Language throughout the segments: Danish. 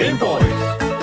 Gameboys.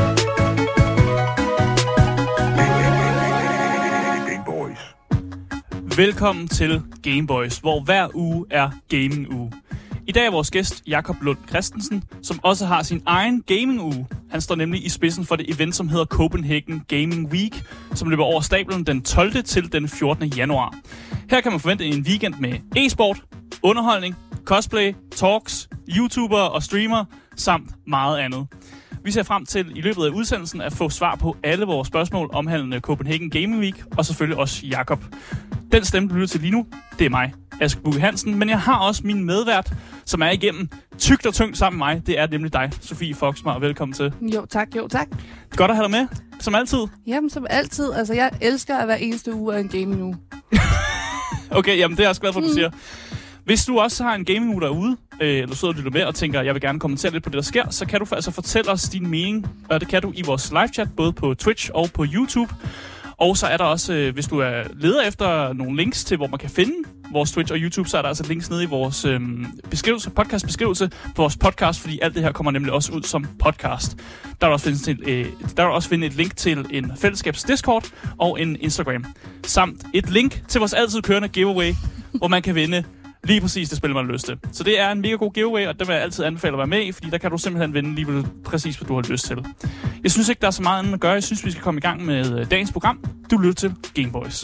Velkommen til Gameboys, hvor hver uge er gaming-uge. I dag er vores gæst Jakob Lund Christensen, som også har sin egen gaming-uge. Han står nemlig i spidsen for det event, som hedder Copenhagen Gaming Week, som løber over stablen den 12. til den 14. januar. Her kan man forvente en weekend med e-sport, underholdning, cosplay, talks, YouTuber og streamer, samt meget andet. Vi ser frem til i løbet af udsendelsen at få svar på alle vores spørgsmål omhandlende Copenhagen Gaming Week, og selvfølgelig også Jakob. Den stemme, du lytter til lige nu, det er mig, Aske Bukke Hansen, men jeg har også min medvært, som er igennem tykt og tyngt sammen med mig. Det er nemlig dig, Sofie Foxmar. Velkommen til. Jo tak. Godt at have dig med, som altid. Jamen, som altid. Altså, jeg elsker at hver eneste uge er en gaming uge. Okay, jamen det er jeg også glad for, du siger. Hvis du også har en gaming uge derude, eller sidder og lytter med og tænker, jeg vil gerne kommentere lidt på det, der sker, så kan du altså fortælle os din mening, og det kan du i vores live-chat, både på Twitch og på YouTube. Og så er der også, hvis du leder efter nogle links til, hvor man kan finde vores Twitch og YouTube, så er der altså links nede i vores podcastbeskrivelse på vores podcast, fordi alt det her kommer nemlig også ud som podcast. Der vil også finde et link til en fællesskabs Discord og en Instagram. Samt et link til vores altid kørende giveaway, hvor man kan vinde lige præcis det spil, man har lyst til. Så det er en mega god giveaway, og det vil jeg altid anbefale at være med i, fordi der kan du simpelthen vinde lige præcis, hvad du har lyst til. Jeg synes ikke, der er så meget andet at gøre. Jeg synes, vi skal komme i gang med dagens program. Du lytter til Gameboys.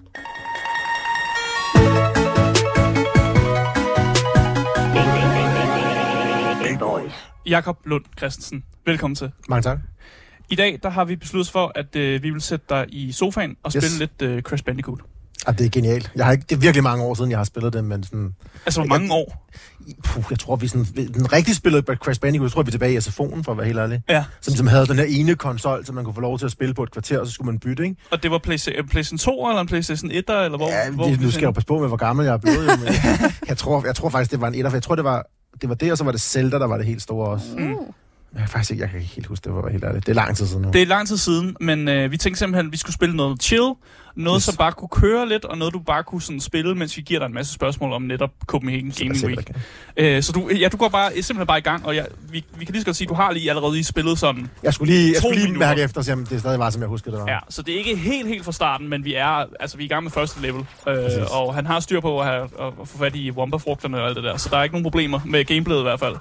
Jakob Lund Christensen, velkommen til. Mange tak. I dag der har vi besluttet for, at vi vil sætte dig i sofaen og spille lidt Crash Bandicoot. Ja, det er genialt. Det er virkelig mange år siden, jeg har spillet det, men sådan... Altså, hvor mange år? Jeg tror, vi sådan... Den rigtige spillede Crash Bandicoot, jeg tror, vi er tilbage i SFO'en, for at være helt ærlig. Ja. Som havde den her ene konsol, så man kunne få lov til at spille på et kvarter, og så skulle man bytte, ikke? Og det var PlayStation 2 eller en PlayStation 1, eller hvor? Ja, nu skal jeg jo passe på med, hvor gammel jeg er blevet, jo, men jeg tror faktisk, det var en 1'er, for jeg tror, det var det, og så var det Zelda, der var det helt store også. Jeg kan ikke helt huske det, var helt ærligt. Det er lang tid siden nu. Det er lang tid siden, men vi tænkte simpelthen, at vi skulle spille noget chill, noget som bare kunne køre lidt, og noget du bare kunne sådan spille, mens vi giver dig en masse spørgsmål om netop Copenhagen Gaming Week. Så du går simpelthen bare i gang, og vi kan lige så godt sige, at du har allerede spillet sådan. Jeg skulle lige mærke efter, så det stadig var, som jeg husker det var. Ja, så det er ikke helt fra starten, men vi er i gang med første level, og han har styr på at få fat i Wumpa-frugterne og alt det der, så der er ikke nogen problemer med gameplayet i hvert fald.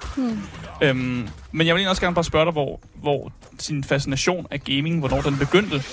Men jeg vil også gerne bare spørge dig, hvor sin fascination af gaming, hvornår den begyndte.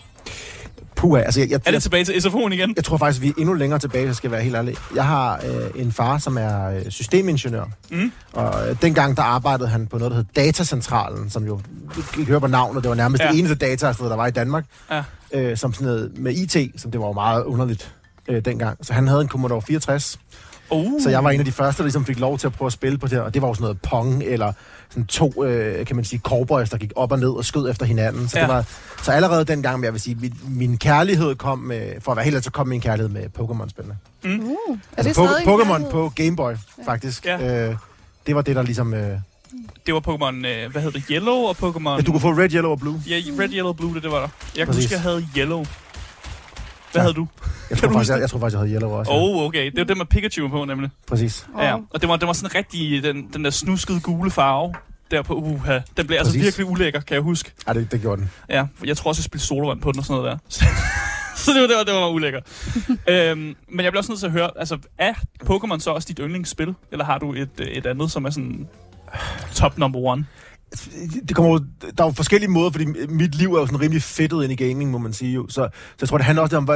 Altså, er det tilbage til SFO'en igen? Jeg tror faktisk, vi er endnu længere tilbage, hvis jeg skal være helt ærlig. Jeg har en far, som er systemingeniør. Og dengang, der arbejdede han på noget, der hed Datacentralen, som jo, I hører på navnet, det var nærmest det eneste datasted, der var i Danmark. Ja. Som sådan noget med IT, som det var jo meget underligt dengang. Så han havde en Commodore 64. Så jeg var en af de første, der ligesom fik lov til at prøve at spille på det, og det var jo sådan noget Pong, eller sådan to, kan man sige, cowboys, der gik op og ned og skød efter hinanden. Så, det var, så allerede dengang, jeg vil sige, min kærlighed kom med, for at være helt ærlig, så kom min kærlighed med Pokémon-spillene. Altså Pokémon på Game Boy, faktisk. Ja. Det var det, der ligesom... Det var Pokémon, hvad hed det, Yellow og Pokémon... Ja, du kunne få Red, Yellow og Blue. Ja, Red, Yellow og Blue, det var der. Jeg kan huske, jeg havde Yellow. Hvad havde du? Jeg tror faktisk, jeg havde Yellow også. Okay. Det var det med Pikachu på, nemlig. Præcis. Ja, og det var sådan rigtig, den der snuskede gule farve der på den blev altså virkelig ulækker, kan jeg huske. Ja, det gjorde den. Ja, jeg tror også, jeg spildte sodavand på den og sådan noget der. Så det var ulækker. Men jeg bliver også nødt til at høre, altså, er Pokémon så også dit yndlingsspil? Eller har du et andet, som er sådan top number one? Der er jo forskellige måder, fordi mit liv er jo sådan rimelig fedtet ind i gaming, må man sige jo. Så jeg tror, det handler også om,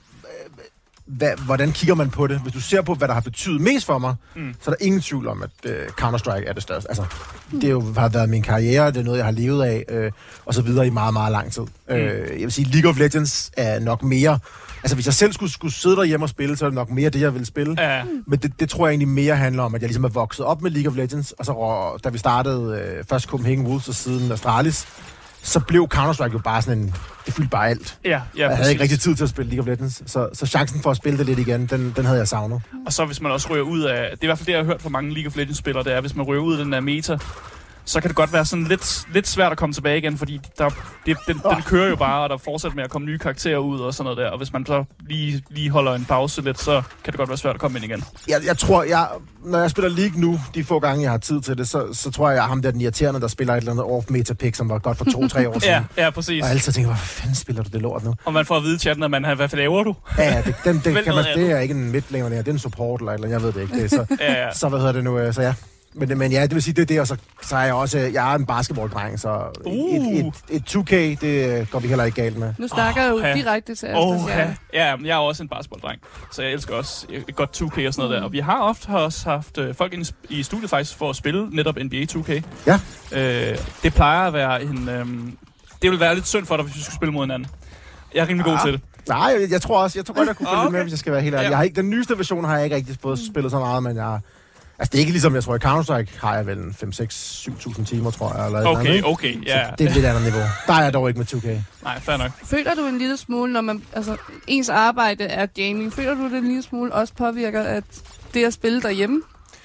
hvordan kigger man på det. Hvis du ser på, hvad der har betydet mest for mig, så er der ingen tvivl om, at Counter-Strike er det største. Altså, det har været min karriere, det er noget, jeg har levet af, og så videre i meget, meget lang tid. Jeg vil sige, League of Legends er nok mere... Altså, hvis jeg selv skulle sidde derhjemme og spille, så er det nok mere det, jeg vil spille. Ja. Men det tror jeg egentlig mere handler om, at jeg ligesom er vokset op med League of Legends, og så da vi startede først Copenhagen Wolves og siden Astralis, så blev Counter-Strike jo bare sådan det fyldte bare alt. Ja, jeg havde ikke rigtig tid til at spille League of Legends, så chancen for at spille det lidt igen, den havde jeg savnet. Og så hvis man også rører ud af, det er i hvert fald det, jeg har hørt fra mange League of Legends-spillere, det er, hvis man rører ud af den der meta, så kan det godt være sådan lidt svært at komme tilbage igen, fordi den kører jo bare, og der fortsætter med at komme nye karakterer ud og sådan noget der. Og hvis man så lige holder en pause lidt, så kan det godt være svært at komme ind igen. Jeg tror, når jeg spiller League nu, de få gange, jeg har tid til det, så tror jeg, ham der den irriterende, der spiller et eller andet off-meta-pick, som var godt for 2-3 år siden. Ja, præcis. Og altid tænker, hvad fanden spiller du det lort nu? Og man får at vide i chatten, at hvad laver du? Ja, det er ikke en midt længere, det er en support eller jeg ved det ikke. Det er så, ja. Så hvad hedder det nu? Så ja. Men ja, det vil sige, det er det, og så er jeg også, jeg er en basketballdreng, så et 2K, det går vi heller ikke galt med. Nu snakker jeg jo direkte til Aspas. Ja, jeg er også en basketballdreng, så jeg elsker også et godt 2K og sådan noget der. Og vi har ofte også haft folk i studiet faktisk for at spille netop NBA 2K. Ja. Det plejer at være det vil være lidt synd for dig, hvis vi skulle spille mod hinanden. Jeg er rimelig god til det. Nej, jeg tror godt, jeg kunne følge med, hvis jeg skal være helt ærlig. Ja. Den nyeste version har jeg ikke rigtig fået spillet så meget, men altså, det er ikke ligesom, jeg tror, i Counter-Strike har jeg vel 5-6-7.000 timer, tror jeg. Eller Okay, ja. Så det er et lidt andet niveau. Der er jeg dog ikke med 2K. Nej, fair nok. Føler du en lille smule, når man, altså, ens arbejde er gaming, føler du det en lille smule også påvirker, at det at spille derhjemme?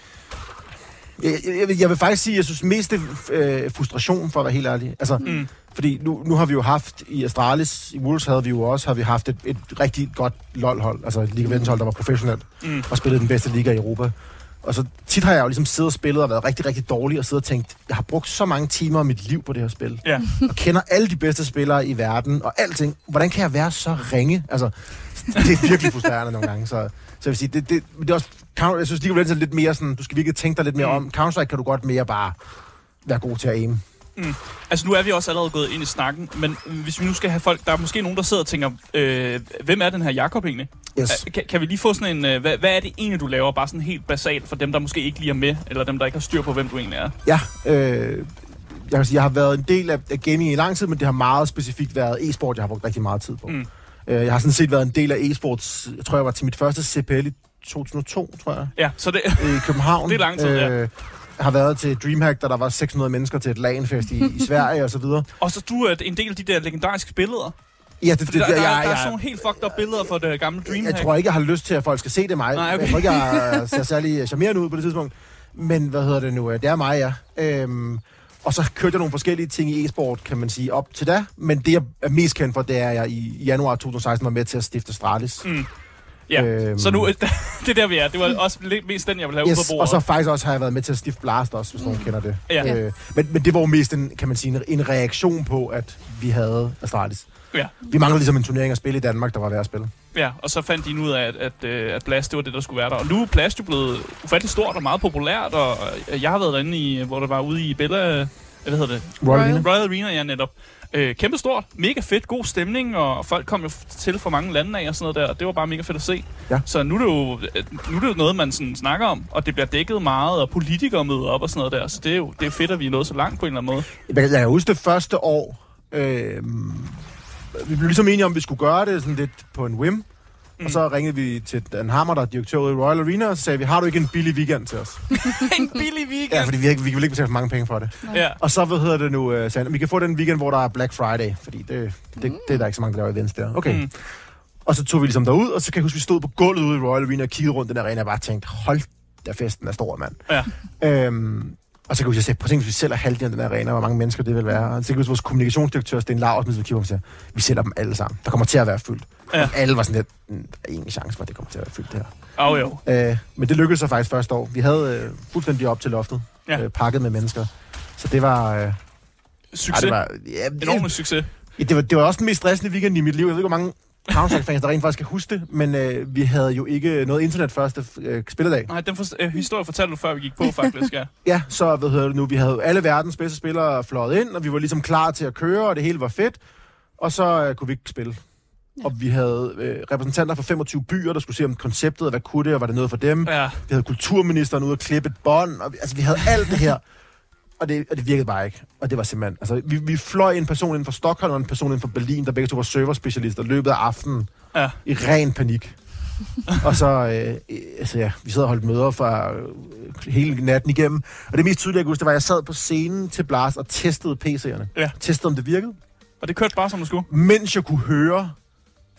Jeg vil faktisk sige, at jeg synes mest det er frustration, for at være helt ærlig. Altså, fordi nu har vi jo haft i Astralis, i Wolves har vi haft et rigtig godt LoL-hold, altså et League of Legends-hold, der var professionelt, og spillede den bedste liga i Europa. Og så tit har jeg jo ligesom siddet og spillet og været rigtig, rigtig dårlig og siddet og tænkt, jeg har brugt så mange timer af mit liv på det her spil. Ja. Og kender alle de bedste spillere i verden og alting. Hvordan kan jeg være så ringe? Altså, det er virkelig frustrerende nogle gange. Så jeg vil sige, det er også, jeg synes, League of Legends er lidt mere sådan, du skal virkelig tænke dig lidt mere om. Counter-Strike kan du godt mere bare være god til at aim. Altså nu er vi også allerede gået ind i snakken, men hvis vi nu skal have folk, der er måske nogen, der sidder og tænker, hvem er den her Jakob egentlig? Yes. Kan vi lige få sådan en, hvad er det egentlig, du laver, bare sådan helt basalt for dem, der måske ikke lige er med, eller dem, der ikke har styr på, hvem du egentlig er? Ja, jeg kan sige, jeg har været en del af gaming i lang tid, men det har meget specifikt været e-sport, jeg har brugt rigtig meget tid på. Jeg har sådan set været en del af e-sports, jeg tror, jeg var til mit første CPL i 2002, tror jeg. Ja, så det i København. Det er lang tid, ja. Har været til Dreamhack, der var 600 mennesker til et LAN-fest i Sverige og så videre. Og så du er en del af de der legendariske billeder? Ja, der er sådan nogle helt fucked up billeder fra det gamle Dreamhack. Jeg tror ikke, jeg har lyst til, at folk skal se det mig. Nej, okay. Jeg tror ikke, jeg ser særlig charmerende ud på det tidspunkt. Men hvad hedder det nu? Det er mig, ja. Og så kørte jeg nogle forskellige ting i e-sport, kan man sige, op til da. Men det, jeg er mest kendt for, det er, at jeg i januar 2016 var med til at stifte Astralis. Ja, så nu, det er der, vi er. Det var også mest den, jeg ville have ud på bordet. Og så faktisk også har jeg været med til at stifte Blast også, hvis nogen kender det. Ja. Men det var jo mest en, kan man sige, en reaktion på, at vi havde Astralis. Ja. Vi manglede ligesom en turnering at spille i Danmark, der var værd at spille. Ja, og så fandt de ud af, at Blast, det var det, der skulle være der. Og nu er Blast jo blevet ufattelig stort og meget populært, og jeg har været derinde i, hvor der var ude i Bella... Hvad hedder det? Royal Arena, ja, netop. Kæmpe stort, mega fedt, god stemning, og folk kom jo til fra mange lande af og sådan noget der, og det var bare mega fedt at se. Ja. Så nu er det jo noget, man sådan snakker om, og det bliver dækket meget, og politikere møder op og sådan noget der, så det er fedt, at vi er nået så langt på en eller anden måde. Jeg kan huske det første år, vi blev ligesom enige om, at vi skulle gøre det sådan lidt på en whim. Og så ringede vi til Dan Hammer, der er direktør i Royal Arena, og så sagde vi, har du ikke en billig weekend til os? En billig weekend? Ja, fordi vi vil ikke betale for mange penge for det. Ja. Og så, sagde han, vi kan få den weekend, hvor der er Black Friday, fordi det er der ikke så mange, der laver events der. Okay. Og så tog vi ligesom derud, og så kan jeg huske, vi stod på gulvet ude i Royal Arena og kiggede rundt den arena, og bare tænkte, hold da, festen er stor, mand. Ja. Og så kan jeg sige, prøv at tænke, hvis vi sælger halvdelen af den arena, hvor mange mennesker det vil være. Og så kan jeg huske, vores kommunikationsdirektør, Sten Laurs, vi kigger på, siger, vi sælger dem alle sammen. Der kommer til at være fyldt. Ja. Og alle var sådan lidt, der er ingen chance for, at det kommer til at være fyldt det her. Jo. Men det lykkedes så faktisk første år. Vi havde fuldstændig op til loftet, pakket med mennesker. Så det var... succes. Det var, enormt succes. Det var også den mest stressende weekend i mit liv. Jeg ved ikke, hvor mange Counter-Strike-fans, der rent faktisk kan huske det, men vi havde jo ikke noget internet første spilledag. Nej, den historie fortalte du, før vi gik på, faktisk, ja. Ja, så vi havde alle verdens bedste spillere fløjet ind, og vi var ligesom klar til at køre, og det hele var fedt, og så kunne vi ikke spille. Ja. Og vi havde repræsentanter fra 25 byer, der skulle se om konceptet, og hvad kunne det, og var det noget for dem. Ja. Vi havde kulturministeren ude og klippe et bånd, og vi havde alt det her. Og det virkede bare ikke. Og det var simpelthen... Altså, vi fløj en person inden for Stockholm og en person inden for Berlin, der begge to var serverspecialister, løbet af aftenen i ren panik. Og så... vi sad og holdt møder fra hele natten igennem. Og det mest tydelige, jeg kunne huske, det var, at jeg sad på scenen til Blast og testede PC'erne. Ja. Testede, om det virkede. Og det kørte bare, som det skulle? Mens jeg kunne høre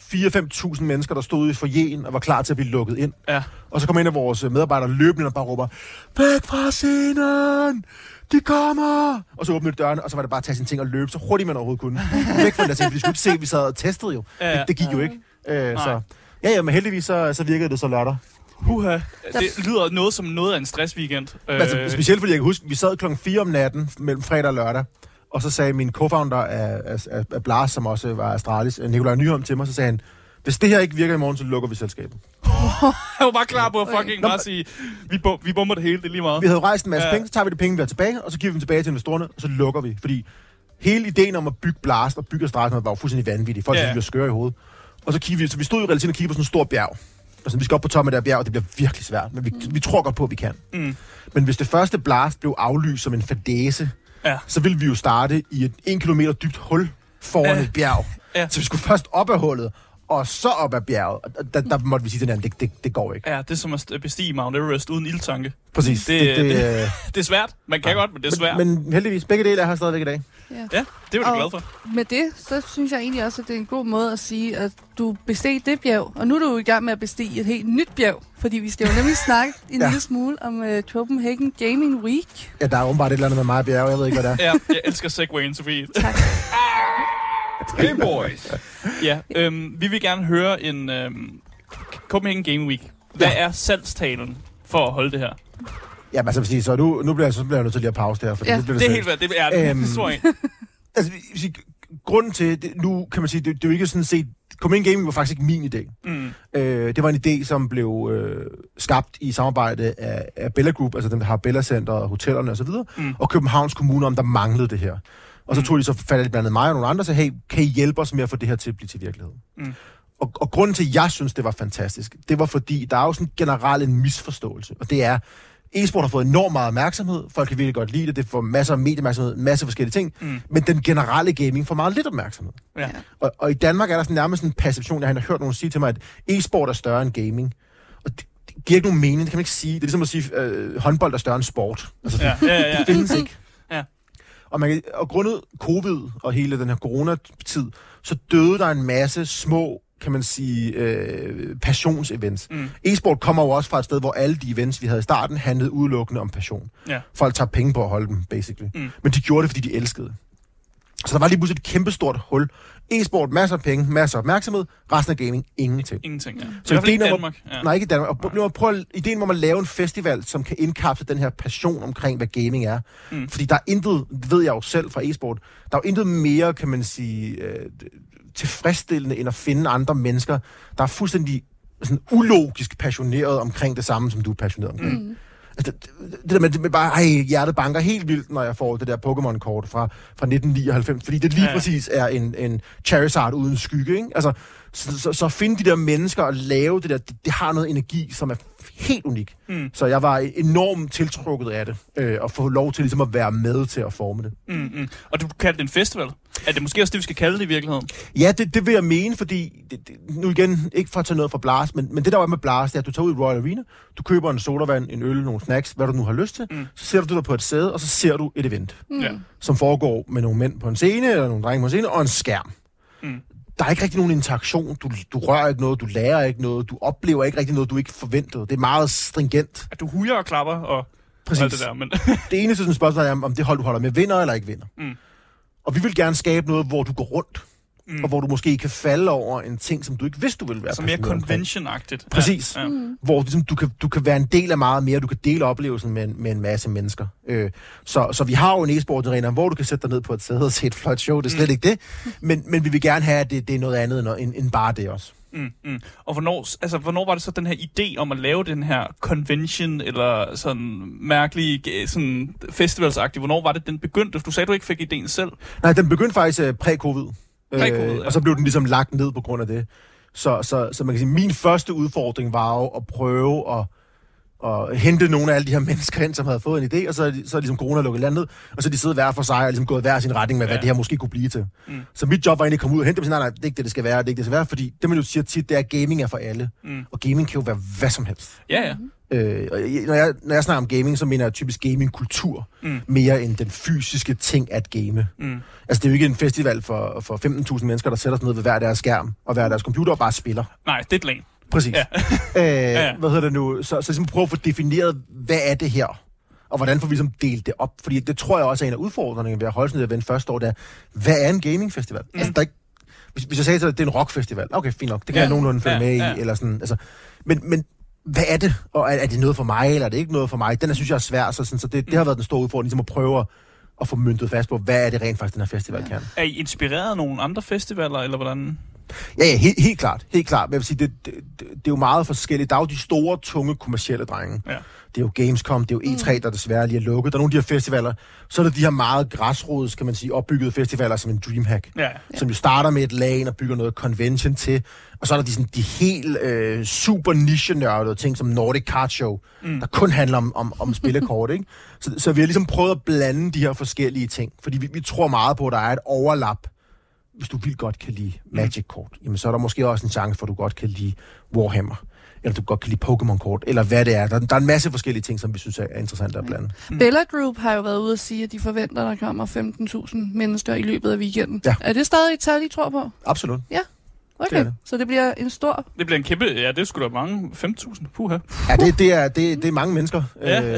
4-5.000 mennesker, der stod ude i foyeren og var klar til at blive lukket ind. Ja. Og så kom en af vores medarbejdere løbende og bare råber, væk fra scenen! De kommer! Og så åbnede dørene, og så var det bare at tage sine ting og løbe, så hurtigt man overhovedet kunne. Væk fra den der ting, for de skulle ikke se, vi sad og testede jo. Ja. Det gik jo ikke. Så ja, men heldigvis så virkede det så lørdag. Det lyder noget som noget af en stressweekend. Altså, specielt fordi jeg kan huske, vi sad klokken 4 om natten mellem fredag og lørdag, og så sagde min co-founder af Blast, som også var Astralis, Nikolaj Nyholm til mig, så sagde han, hvis det her ikke virker i morgen, så lukker vi selskabet. Jeg var bare klar på at bare sige, vi bomber det hele, det er lige meget. Vi havde rejst en masse penge, så tager vi det penge, vi har tilbage, og så giver vi dem tilbage til investorerne, og så lukker vi. Fordi hele ideen om at bygge Blast og bygge Astralis var jo fuldstændig vanvittig. Folk synes, vi var skøre i hovedet. Og så kiggede vi, så vi stod jo realiteten og kiggede på sådan en stor bjerg. Altså, vi skal op på toppen af det her bjerg, og det bliver virkelig svært. Men vi tror godt på, at vi kan. Men hvis det første Blast blev aflyst som en fadæse, så ville vi jo starte i et 1 kilometer dybt hul foran et bjerg. Så vi skulle først op ad hullet, og så op ad bjerget. Der måtte vi sige til hinanden, det går ikke. Ja, det er som at bestige Mount Everest uden ildtanke. Præcis. Det er svært. Man kan godt, men det er svært. Men heldigvis, begge dele er her stadigvæk i dag. Ja, det er du glad for. Med det, så synes jeg egentlig også, at det er en god måde at sige, at du besteg det bjerg, og nu er du i gang med at bestige et helt nyt bjerg, fordi vi skal jo nemlig snakke en lille smule om Copenhagen Gaming Week. Ja, der er åbenbart et eller andet med mig og bjerg, jeg ved ikke, hvad det er. Ja, jeg elsker Segwayen, Sofie. Tak. Hey boys! Ja, vi vil gerne høre en Copenhagen Gaming Week. Hvad er salgstalen for at holde det her? Ja, men så, så nu bliver jeg nødt til lige at pause det her. For det er helt hvad, det er det. Så altså, grunden til, nu kan man sige, det er jo ikke sådan set, Copenhagen Gaming var faktisk ikke min idé. Det var en idé, som blev skabt i samarbejde af Bella Group, altså dem, der har Bella Center og hotellerne osv., og Københavns Kommune, om der manglede det her. Og så tog de så fat i blandt andet mig og nogle andre, og sagde, hey, kan I hjælpe os med at få det her til at blive til virkelighed? Og grunden til, at jeg synes, det var fantastisk, det var fordi, der er jo sådan generelt en misforståelse, og det er, e-sport har fået enormt meget opmærksomhed, folk kan virkelig godt lide det, det får masser af medieopmærksomhed, masser af forskellige ting, men den generelle gaming får meget lidt opmærksomhed. Ja. Og i Danmark er der sådan nærmest en perception, jeg har hørt nogen sige til mig, at e-sport er større end gaming. Og det giver ikke nogen mening, det kan man ikke sige. Det er ligesom at sige, håndbold er større end sport. Altså, det findes ikke. Ja. Og grundet covid og hele den her coronatid, så døde der en masse små, kan man sige, passionsevents. E-sport kommer jo også fra et sted, hvor alle de events, vi havde i starten, handlede udelukkende om passion. Ja. Folk tager penge på at holde dem, basically. Men de gjorde det, fordi de elskede det. Så der var lige pludselig et kæmpestort hul. E-sport, masser af penge, masser af opmærksomhed. Resten af gaming, ingenting. Ingenting, ja. Så ideen i Danmark. Nej, ikke i Danmark. Og ideen om at lave en festival, som kan indkapsle den her passion omkring, hvad gaming er. Fordi der er intet, ved jeg jo selv fra e-sport, der er jo intet mere, kan man sige, tilfredsstillende, end at finde andre mennesker, der er fuldstændig sådan ulogisk passioneret omkring det samme, som du er passioneret omkring. Altså, det der med bare, hjertet banker helt vildt, når jeg får det der Pokémon-kort fra 1999, fordi det lige præcis er en Charizard uden skygge, ikke? Altså, så finde de der mennesker og lave det der, det har noget energi, som er helt unik. Så jeg var enormt tiltrukket af det, og få lov til ligesom at være med til at forme det. Og du kaldte det en festival? Er det måske også det, vi skal kalde det i virkeligheden? Ja, det vil jeg mene, fordi, nu igen, ikke for at tage noget fra Blast, men det der var med Blast, det er, at du tager ud i Royal Arena, du køber en sodavand, en øl, nogle snacks, hvad du nu har lyst til, så sætter du dig på et sæde, og så ser du et event, som foregår med nogle mænd på en scene, eller nogle drenge på en scene, og en skærm. Der er ikke rigtig nogen interaktion, du rører ikke noget, du lærer ikke noget, du oplever ikke rigtig noget, du ikke forventede. Det er meget stringent. At du hujer og klapper og præcis. Alt det der. Men det eneste sådan spørgsmål er, om det hold, du holder med, vinder eller ikke vinder. Og vi vil gerne skabe noget, hvor du går rundt, og hvor du måske kan falde over en ting, som du ikke vidste, du ville være. Som mere convention-agtigt. Præcis. Ja. Hvor ligesom, du kan være en del af meget mere, du kan dele oplevelsen med en masse mennesker. Så vi har jo en e-sport-arena, hvor du kan sætte dig ned på et sæde og se et flot show, det er slet ikke det. Men vi vil gerne have, at det er noget andet end bare det også. Og hvornår var det så den her idé om at lave den her convention, eller sådan mærkelig sådan festivalsagtig? Hvornår var det, den begyndte? Du sagde, du ikke fik idéen selv. Nej, den begyndte faktisk præ-covid. Ja. Og så blev den ligesom lagt ned på grund af det. Så man kan sige, min første udfordring var jo at prøve og hente nogle af alle de her mennesker ind, som havde fået en idé, og så er ligesom corona lukket landet, og så er de siddet hver for sig og ligesom gået hver sin retning med, hvad det her måske kunne blive til. Så mit job var egentlig at komme ud og hente dem, nej, det er ikke det skal være, det er ikke det skal være, fordi det man jo siger tit, det er, at gaming er for alle, og gaming kan jo være hvad som helst. Ja. Når jeg snakker om gaming, så mener jeg typisk gaming-kultur, mere end den fysiske ting at game. Altså, det er jo ikke en festival for 15.000 mennesker, der sætter sig ned ved hver deres skærm, og hver deres computer og bare spiller. Nej, det er et LAN. Præcis. Ja. Hvad hedder det nu? Så ligesom prøve at få defineret, hvad er det her? Og hvordan får vi ligesom delt det op? Fordi det tror jeg også er en af udfordringerne ved at holde sådan et event første år, det er, hvad er en gamingfestival? Altså, der er ikke, hvis jeg sagde til dig, at det er en rockfestival, okay, fint nok, det kan jeg nogenlunde følge med i, eller sådan, altså, men hvad er det? Og er det noget for mig, eller er det ikke noget for mig? Den synes jeg er svær, så det har været den store udfordring, ligesom at prøve at få møntet fast på, hvad er det rent faktisk, den her festival kan. Er I inspireret af nogle andre festivaler, eller hvordan? Ja, helt klart. Men jeg vil sige, det er jo meget forskelligt. Der er jo de store, tunge, kommercielle drenge. Ja. Det er jo Gamescom, det er jo E3, der desværre lige er lukket. Der er nogle af de her festivaler. Så er der de her meget græsrods, kan man sige, opbyggede festivaler som en Dreamhack. Ja. Som jo starter med et LAN og bygger noget convention til. Og så er der de helt super niche-nørdede ting, som Nordic Card Show, der kun handler om spillekort, ikke? Så vi har ligesom prøvet at blande de her forskellige ting. Fordi vi tror meget på, at der er et overlap. Hvis du vildt godt kan lide Magic-kort, jamen så er der måske også en chance for, at du godt kan lide Warhammer, eller du godt kan lide Pokémon-kort, eller hvad det er. Der er en masse forskellige ting, som vi synes er interessant at blande. Bella Group har jo været ude at sige, at de forventer, at der kommer 15.000 mennesker i løbet af weekenden. Ja. Er det stadig et tal, I tror på? Absolut. Ja. Okay, så det bliver en stor... Det bliver en kæmpe... Ja, det er sgu da mange 5.000. Puha. Ja, det er mange mennesker. Ja.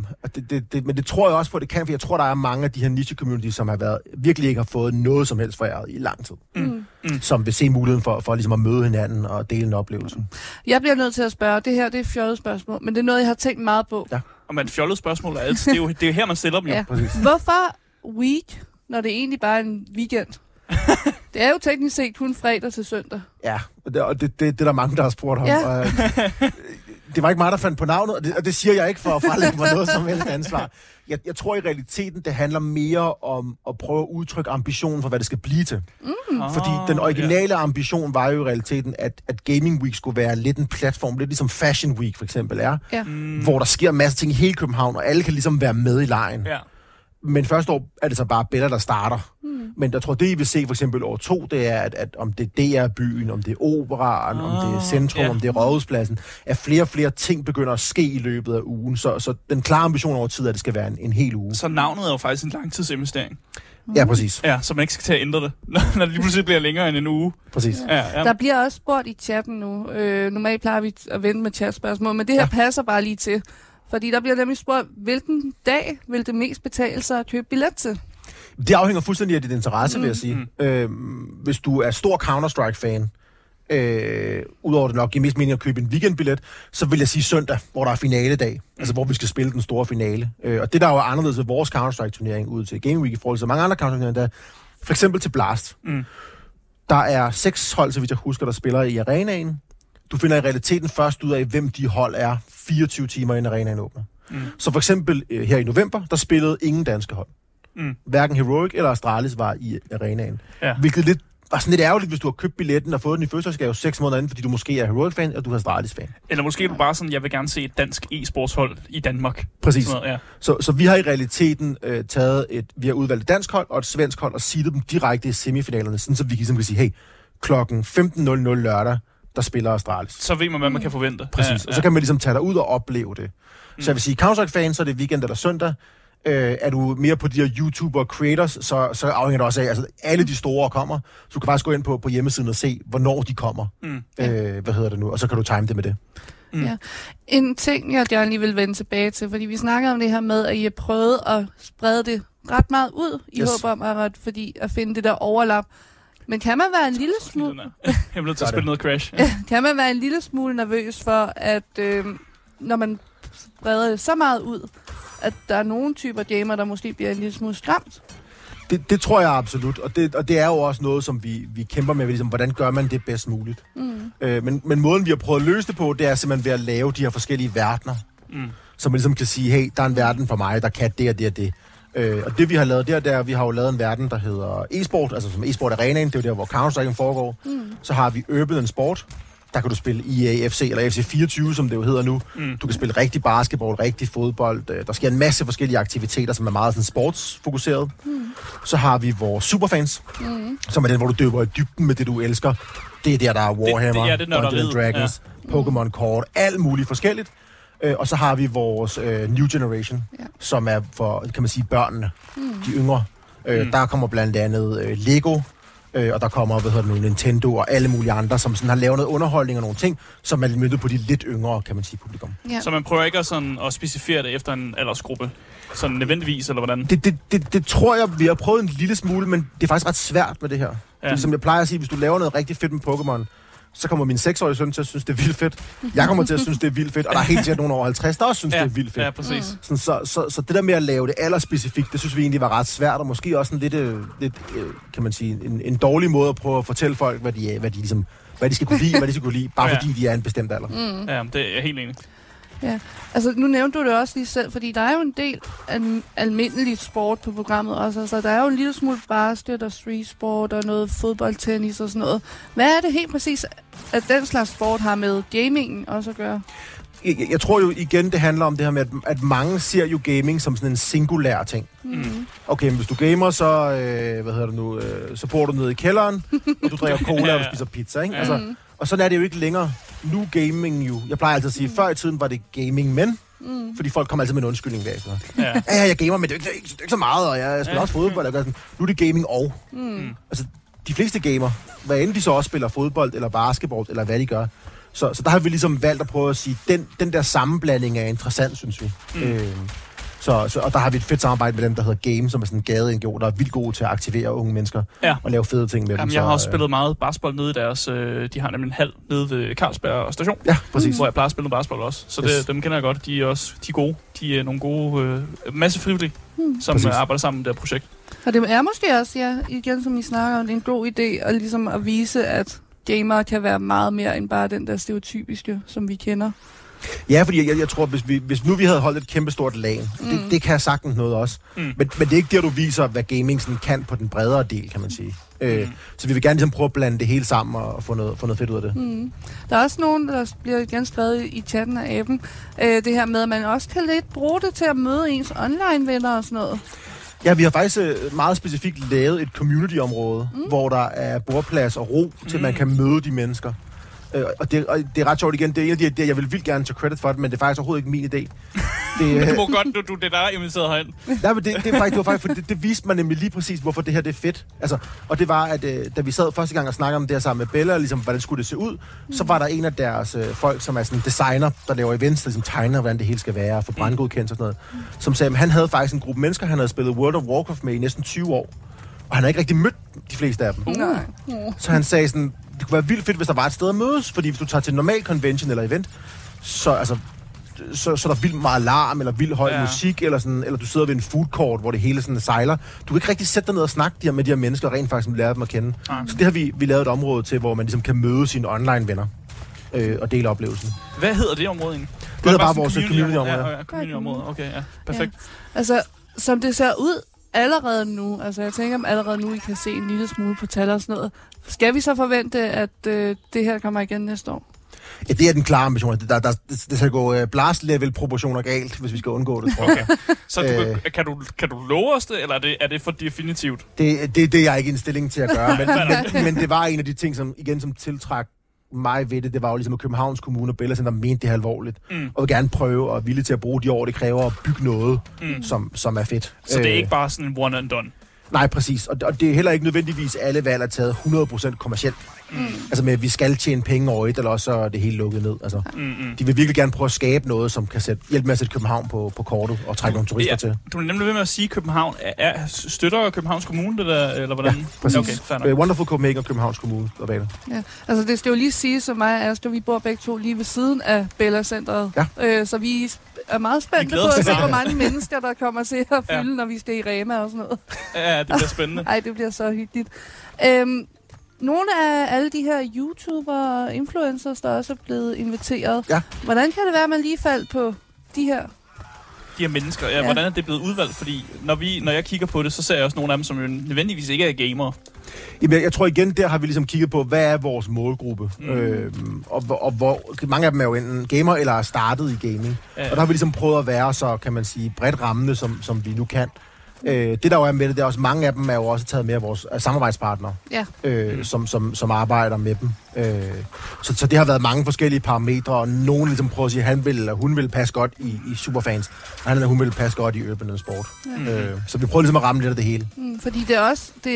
Men det tror jeg også på, det kan, for jeg tror, der er mange af de her niche-communities, som har været, virkelig ikke har fået noget som helst foræret i lang tid. Som vil se muligheden for ligesom at møde hinanden og dele en oplevelse. Jeg bliver nødt til at spørge, det her det er fjollet spørgsmål, men det er noget, jeg har tænkt meget på. Ja. Og man fjollet spørgsmål er altid, det er jo her, man stiller dem jo. Ja. Hvorfor week, når det egentlig bare er en weekend? Det er jo teknisk set kun fredag til søndag. Ja, og det er der mange, der har spurgt om. Ja. Det var ikke mig, der fandt på navnet, og det siger jeg ikke for at frelægge mig noget som helst ansvar. Jeg tror i realiteten, det handler mere om at prøve at udtrykke ambitionen for, hvad det skal blive til. Fordi den originale ambition var jo i realiteten, at Gaming Week skulle være lidt en platform, lidt ligesom Fashion Week for eksempel er, hvor der sker masser af ting i hele København, og alle kan ligesom være med i lejen. Ja. Men første år er det så bare Bella, der starter. Men jeg tror, det I vil se for eksempel år 2, det er, at om det er DR-byen, om det er Operaen, om det er Centrum, om det er Rådhuspladsen, at flere og flere ting begynder at ske i løbet af ugen. Så den klare ambition over tid er, at det skal være en hel uge. Så navnet er jo faktisk en langtidsinvestering. Ja, præcis. Ja, så man ikke skal til at ændre det, når det lige pludselig bliver længere end en uge. Præcis. Ja. Der bliver også spurgt i chatten nu. Normalt plejer vi at vente med chatspørgsmål, men det her passer bare lige til. Fordi der bliver nemlig spurgt, hvilken dag vil det mest betale sig at købe billet til? Det afhænger fuldstændig af dit interesse, vil jeg sige. Hvis du er stor Counter-Strike-fan, udover det nok giver mest mening at købe en weekendbillet, så vil jeg sige søndag, hvor der er finaledag. Altså, hvor vi skal spille den store finale. Og det, der er jo anderledes ved vores Counter-Strike-turnering ud til Game Week i forhold til mange andre Counter-turneringer, der for eksempel til Blast. Der er 6 hold, så vidt jeg husker, der spiller i arenaen. Du finder i realiteten først ud af, hvem de hold er 24 timer inden arenaen åbner. Så for eksempel her i november, der spillede ingen danske hold. Hverken Heroic eller Astralis var i arenaen. Ja. Hvilket var sådan lidt ærgerligt, hvis du har købt billetten og fået den i fødselsdagsgave 6 måneder inden, fordi du måske er Heroic-fan, og du er Astralis-fan. Eller måske er du bare sådan, jeg vil gerne se et dansk e-sportshold i Danmark. Præcis. Så vi har i realiteten vi har udvalgt et dansk hold og et svensk hold og seedet dem direkte i semifinalerne, sådan så vi ligesom kan sige, hey, klokken 15.00 lørdag, der spiller Astralis. Så ved man, hvad man kan forvente. Præcis, og så kan man ligesom tage dig ud og opleve det. Så jeg vil sige, Counter-Strike-fans, så er det weekend eller søndag. Er du mere på de her YouTuber creators, så afhænger det også af, altså alle de store kommer, så du kan faktisk gå ind på hjemmesiden og se, hvornår de kommer. Hvad hedder det nu? Og så kan du time det med det. Ja. En ting, jeg gerne lige vil vende tilbage til, fordi vi snakker om det her med, at I har prøvet at sprede det ret meget ud, i håb om at finde det der overlap. Men kan man være en lille smule... Jeg er nødt til at spille noget Crash. Kan man være en lille smule nervøs for, at når man spreder det så meget ud, at der er nogle typer gamer, der måske bliver en lille smule skræmt? Det tror jeg absolut, og det er jo også noget, som vi kæmper med, ligesom, hvordan gør man det bedst muligt. Men måden, vi har prøvet at løse det på, det er simpelthen ved at lave de her forskellige verdener, så man ligesom kan sige, hey, der er en verden for mig, der kan det og det og det. Og det vi har lavet der vi har jo lavet en verden, der hedder e-sport, altså som e-sport arenaen, det er jo der, hvor Counter-Strike foregår. Så har vi Urban Sport, Der kan du spille EA FC eller FC24, som det jo hedder nu. Du kan spille rigtig basketball, rigtig fodbold. Der sker en masse forskellige aktiviteter, som er meget sådan sportsfokuseret. Så har vi vores superfans, som er den, hvor du døber i dybden med det, du elsker. Det er der er Warhammer, Dungeons & Dragons, Pokémon kort, alt muligt forskelligt. Og så har vi vores New Generation, som er for, kan man sige, børnene, de yngre. Der kommer blandt andet Lego, og der kommer, Nintendo og alle mulige andre, som sådan har lavet noget underholdning og nogle ting, som er mødtet på de lidt yngre, kan man sige, publikum. Ja. Så man prøver ikke at specificere det efter en aldersgruppe, sådan nødvendigvis, eller hvordan? Det tror jeg, vi har prøvet en lille smule, men det er faktisk ret svært med det her. Ja. Som jeg plejer at sige, hvis du laver noget rigtig fedt med Pokémon, så kommer min 6-årige søn til at synes, det er vildt fedt. Jeg kommer til at synes, det er vildt fedt, og der er helt sikkert nogen over 50, der også synes, det er vildt fedt. Ja, præcis. Så det der med at lave det alderspecifikt, det synes vi egentlig var ret svært, og måske også en lidt kan man sige, en dårlig måde at prøve at fortælle folk, hvad de skal kunne lide, bare fordi de er en bestemt alder. Ja, det er jeg helt enig. Ja, altså nu nævnte du det også lige selv, fordi der er jo en del almindelig sport på programmet også. Altså der er jo en lille smule basket og street sport og noget fodboldtennis og sådan noget. Hvad er det helt præcis, at den slags sport har med gamingen også at gøre? Jeg tror jo igen, det handler om det her med, at mange ser jo gaming som sådan en singulær ting. Okay, men hvis du gamer, så, så bor du nede i kælderen, og du drikker cola, og du spiser pizza, ikke? Altså, og sådan er det jo ikke længere. Nu gaming jo. Jeg plejer altid at sige, før i tiden var det gaming, men fordi folk kommer altid med en undskyldning bagefter. Ja, jeg gamer, men det er ikke så meget, og jeg spiller også fodbold. Og sådan. Nu er det gaming og. Altså, de fleste gamer, hvad end de så også spiller fodbold, eller basketball, eller hvad de gør. Så der har vi ligesom valgt at prøve at sige, den der sammenblanding er interessant, synes vi. Og der har vi et fedt samarbejde med dem, der hedder Game, som er sådan en gade-NGO, der er vildt gode til at aktivere unge mennesker og lave fede ting med dem. Jeg har også spillet meget basketball nede i deres... de har nemlig en hal nede ved Carlsberg station. Ja, præcis. Hvor jeg plejer at spille basketball også. Så dem kender jeg godt. De er gode. De er nogle gode... masse frivillige, som arbejder sammen med det her projekt. Og det er måske også, igen som I snakker om, det er en god idé at, ligesom at vise, at gamere kan være meget mere end bare den der stereotypiske, som vi kender. Ja, fordi jeg tror, hvis nu vi havde holdt et kæmpestort lag, det kan sagtens noget også. Men det er ikke der, du viser, hvad gaming sådan kan på den bredere del, kan man sige. Så vi vil gerne ligesom prøve at blande det hele sammen og få noget fedt ud af det. Der er også nogen, der bliver igen skrevet i chatten af appen, det her med, at man også kan lidt bruge det til at møde ens online-venner og sådan noget. Ja, vi har faktisk meget specifikt lavet et community-område, hvor der er bordplads og ro til, at man kan møde de mennesker. Og det er ret sjovt igen. Det er en af de idéer, jeg vil vildt gerne tage credit for det, men det er faktisk overhovedet ikke min idé. Du må godt, du det der er inviteret herind. Nej, men det var faktisk, for det viste mig nemlig lige præcis, hvorfor det her det er fedt. Altså, og det var, at da vi sad første gang og snakkede om det her sammen med Bella, ligesom, hvordan skulle det se ud, så var der en af deres folk, som er sådan designer, der laver events, der ligesom tegner, hvordan det hele skal være, for brandgodkendt og sådan noget, som sagde, at han havde faktisk en gruppe mennesker, han havde spillet World of Warcraft med i næsten 20 år, og han havde ikke rigtig mødt de fleste af dem. Så han sagde sådan, det kunne være vildt fedt, hvis der var et sted at mødes, fordi hvis du tager til en normal convention eller event, så er der vildt meget larm, eller vildt høj musik, eller du sidder ved en food court, hvor det hele sådan sejler. Du kan ikke rigtig sætte dig ned og snakke med de her mennesker, og rent faktisk lære dem at kende. Så det har vi lavet et område til, hvor man ligesom kan møde sine online-venner og dele oplevelsen. Hvad hedder det område egentlig? Det hedder bare vores community-område. Ja, community-område. Okay, ja. Perfekt. Ja. Altså, som det ser ud allerede nu, altså jeg tænker, om allerede nu I kan se en lille smule på tal og sådan noget. Skal vi så forvente, at det her kommer igen næste år? Ja, det er den klare ambition. Det skal gå blast-level-proportioner galt, hvis vi skal undgå det, tror jeg. Okay. Så kan du love os det, eller er det for definitivt? Det er jeg ikke en stilling til at gøre, men det var en af de ting, som tiltræk mig ved det. Det var jo ligesom, at Københavns Kommune og Bella Center mente det her alvorligt, og vil gerne prøve og er villige til at bruge de år, det kræver at bygge noget, som er fedt. Så det er ikke bare sådan en one and done? Nej, præcis. Og det er heller ikke nødvendigvis alle valg er taget 100% kommercielt. Altså med, at vi skal tjene penge over et, eller også så er det helt lukket ned. Altså, de vil virkelig gerne prøve at skabe noget, som kan hjælpe med at sætte København på kortet og trække nogle turister til. Du er nemlig ved med at sige, at København støtter Københavns Kommune, det der, eller hvordan? Ja, præcis. Okay, Wonderful Copenhagen og Københavns Kommune. Ja, altså det skal jo lige sige, som mig og Astrid, vi bor begge to lige ved siden af Bella Centeret. Ja. Så vi er meget spændte på at se, hvor mange mennesker, der kommer til at fylde, når vi skal i Rema og sådan noget. Ja, det bliver spændende. Ej, det bliver så hyggeligt. Nogle af alle de her YouTuber og influencers, der også er blevet inviteret. Ja. Hvordan kan det være, at man lige faldt på de her mennesker? Ja, hvordan er det blevet udvalgt? Fordi når jeg kigger på det, så ser jeg også nogle af dem, som jo nødvendigvis ikke er gamere. Jamen, jeg tror igen, der har vi ligesom kigget på, hvad er vores målgruppe? Og hvor mange af dem er jo enten gamer eller er startet i gaming. Ja. Og der har vi ligesom prøvet at være så, kan man sige, bredt rammende, som vi nu kan. Det der jo er med det, er også mange af dem er jo også taget med af vores samarbejdspartnere, som arbejder med dem. Så det har været mange forskellige parametre, og nogen ligesom prøver at sige, at han vil eller hun vil passe godt i Superfans, og han eller hun vil passe godt i Urban Sport. Så vi prøver ligesom at ramme lidt af det hele. Fordi det er også det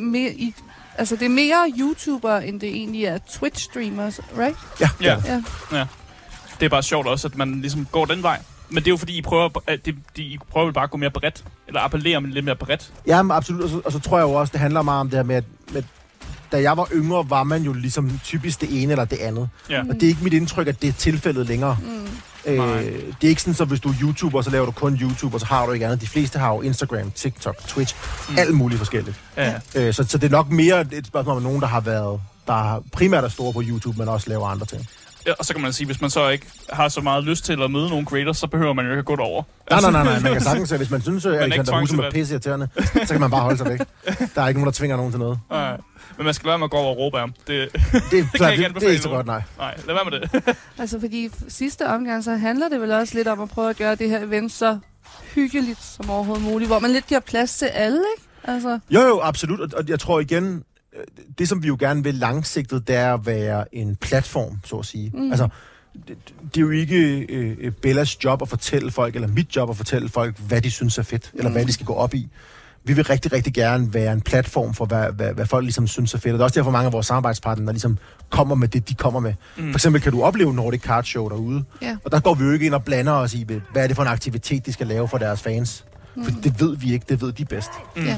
er mere YouTuber, end det egentlig er Twitch-streamers, right? Ja. Det er bare sjovt også, at man ligesom går den vej. Men det er jo fordi, I prøver bare at gå mere bredt, eller appellere lidt mere bredt. Ja, absolut. Og så tror jeg jo også, det handler meget om det her med da jeg var yngre, var man jo ligesom typisk det ene eller det andet. Ja. Og det er ikke mit indtryk, at det er tilfældet længere. Det er ikke sådan, så hvis du er YouTuber, så laver du kun YouTube, og så har du ikke andet. De fleste har jo Instagram, TikTok, Twitch, alt muligt forskelligt. Ja. Så det er nok mere et spørgsmål om nogen, der primært er store på YouTube, men også laver andre ting. Ja, og så kan man sige, hvis man så ikke har så meget lyst til at møde nogle creators, så behøver man jo ikke at gå derover. Nej. Man kan sagtens, hvis man synes, at Alexander Husum er pisseirriterende, så kan man bare holde sig væk. Der er ikke nogen, der tvinger nogen til noget. Nej. Men man skal lade med at gå over og råbe af ham. Det er ikke så godt, nej. Nej, lad være med det. Altså, fordi sidste omgang, så handler det vel også lidt om at prøve at gøre det her event så hyggeligt som overhovedet muligt, hvor man lidt giver plads til alle, ikke? Altså. Jo, absolut. Og jeg tror igen, det som vi jo gerne vil langsigtet, det er at være en platform, så at sige. Altså, det er jo ikke Bellas job at fortælle folk, eller mit job at fortælle folk, hvad de synes er fedt, eller hvad de skal gå op i. Vi vil rigtig, rigtig gerne være en platform for, hvad folk ligesom synes er fedt. Og det er også derfor mange af vores samarbejdspartnere, der ligesom kommer med det, de kommer med. For eksempel kan du opleve Nordic Card Show derude. Yeah. Og der går vi jo ikke ind og blander os i, hvad er det for en aktivitet, de skal lave for deres fans. For det ved vi ikke, det ved de bedst.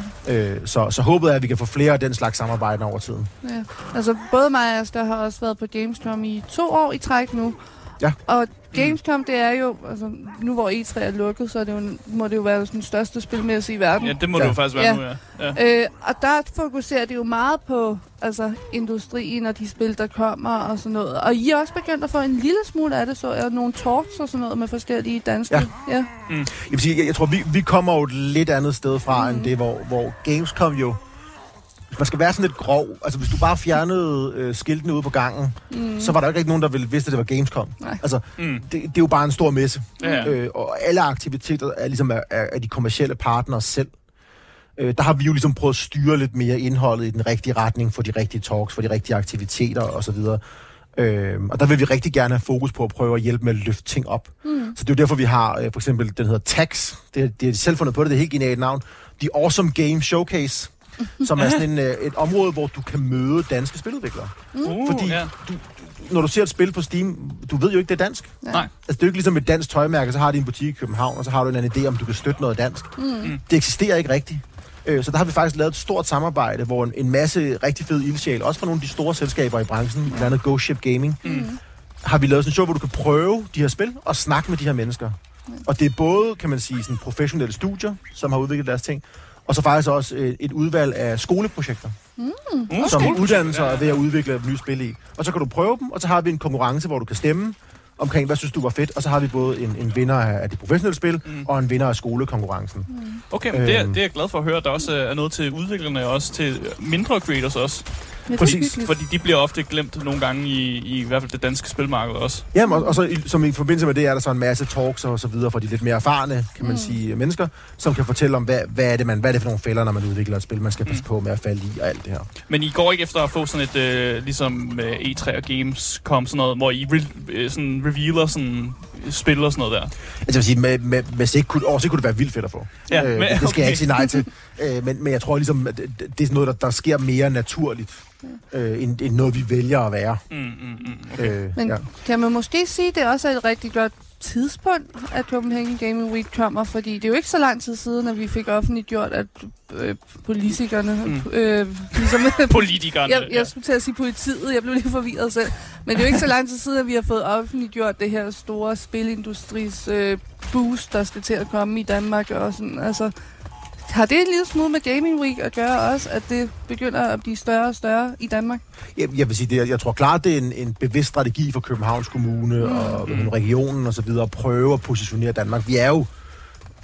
Så håbet er, at vi kan få flere af den slags samarbejder over tiden. Ja. Altså både mig og Asta har også været på Gamescom i 2 år i træk nu. Ja. Og Gamescom, det er jo, altså nu hvor E3 er lukket, så er det jo, må det jo være den største spilmesse i verden. Ja, det må det jo faktisk være nu, ja. Og der fokuserer det jo meget på industrien og de spil, der kommer og sådan noget. Og I er også begyndt at få en lille smule af det, så er nogle talks og sådan noget med forskellige danske. Ja. Jeg tror, vi kommer jo et lidt andet sted fra, end det, hvor Gamescom jo... Man skal være sådan lidt grov. Altså, hvis du bare fjernede skiltene ude på gangen, så var der ikke rigtig nogen, der ville vidste, at det var Gamescom. Nej. Altså, det er jo bare en stor messe. Ja. Og alle aktiviteter er ligesom af de kommercielle partnere selv. Der har vi jo ligesom prøvet at styre lidt mere indholdet i den rigtige retning for de rigtige talks, for de rigtige aktiviteter osv. Og der vil vi rigtig gerne have fokus på at prøve at hjælpe med at løfte ting op. Så det er jo derfor, vi har for eksempel, den hedder TAX. Det er selv fundet på det, det er et helt genialt navn. The Awesome Game Showcase. Som er sådan et område, hvor du kan møde danske spiludviklere. Fordi når du ser et spil på Steam, du ved jo ikke, det er dansk. Nej. Altså, det er jo ikke ligesom et dansk tøjmærke, så har de en butik i København, og så har du en anden idé, om du kan støtte noget dansk. Det eksisterer ikke rigtigt. Så der har vi faktisk lavet et stort samarbejde, hvor en masse rigtig fede ildsjæl, også fra nogle af de store selskaber i branchen, blandt andet Ghost Ship Gaming, har vi lavet sådan en show, hvor du kan prøve de her spil og snakke med de her mennesker. Og det er både, kan man sige, sådan professionelle studier, som har udviklet deres ting, og så faktisk også et udvalg af skoleprojekter, som uddannelser er ved at udvikle nye spil i. Og så kan du prøve dem, og så har vi en konkurrence, hvor du kan stemme omkring, hvad synes du var fedt, og så har vi både en vinder af det professionelle spil, og en vinder af skolekonkurrencen. Okay, men det er jeg glad for at høre, at der også er noget til udviklerne, og også til mindre creators også. Præcis. Fordi de bliver ofte glemt nogle gange i hvert fald det danske spilmarked også. Jamen, og så som i forbindelse med det, er der så en masse talks og så videre for de lidt mere erfarne, kan man sige, mennesker, som kan fortælle om, hvad er det for nogle fælder, når man udvikler et spil, man skal passe på med at falde i og alt det her. Men I går ikke efter at få sådan et, ligesom E3 og Gamescom, sådan noget, hvor I sådan revealer sådan spil og sådan noget der? Altså jeg vil sige, med så kunne det være vildt fedt at få. Ja, det skal jeg ikke sige nej til. Men jeg tror ligesom, at det er noget, der sker mere naturligt, end noget, vi vælger at være. Okay. Men kan man måske sige, at det også er et rigtig godt tidspunkt, at Copenhagen Gaming Week kommer? Fordi det er jo ikke så lang tid siden, at vi fik offentliggjort, at politikerne... ligesom, politikerne? Jeg skulle til at sige politiet, jeg blev lidt forvirret selv. Men det er jo ikke så lang tid siden, at vi har fået offentliggjort det her store spilindustris boost, der skal til at komme i Danmark. Og sådan, altså, har det en lille smule med Gaming Week at gøre også, at det begynder at blive større og større i Danmark? Jeg vil sige, jeg tror klart, det er en bevidst strategi for Københavns Kommune og regionen og så videre at prøve at positionere Danmark. Vi er jo,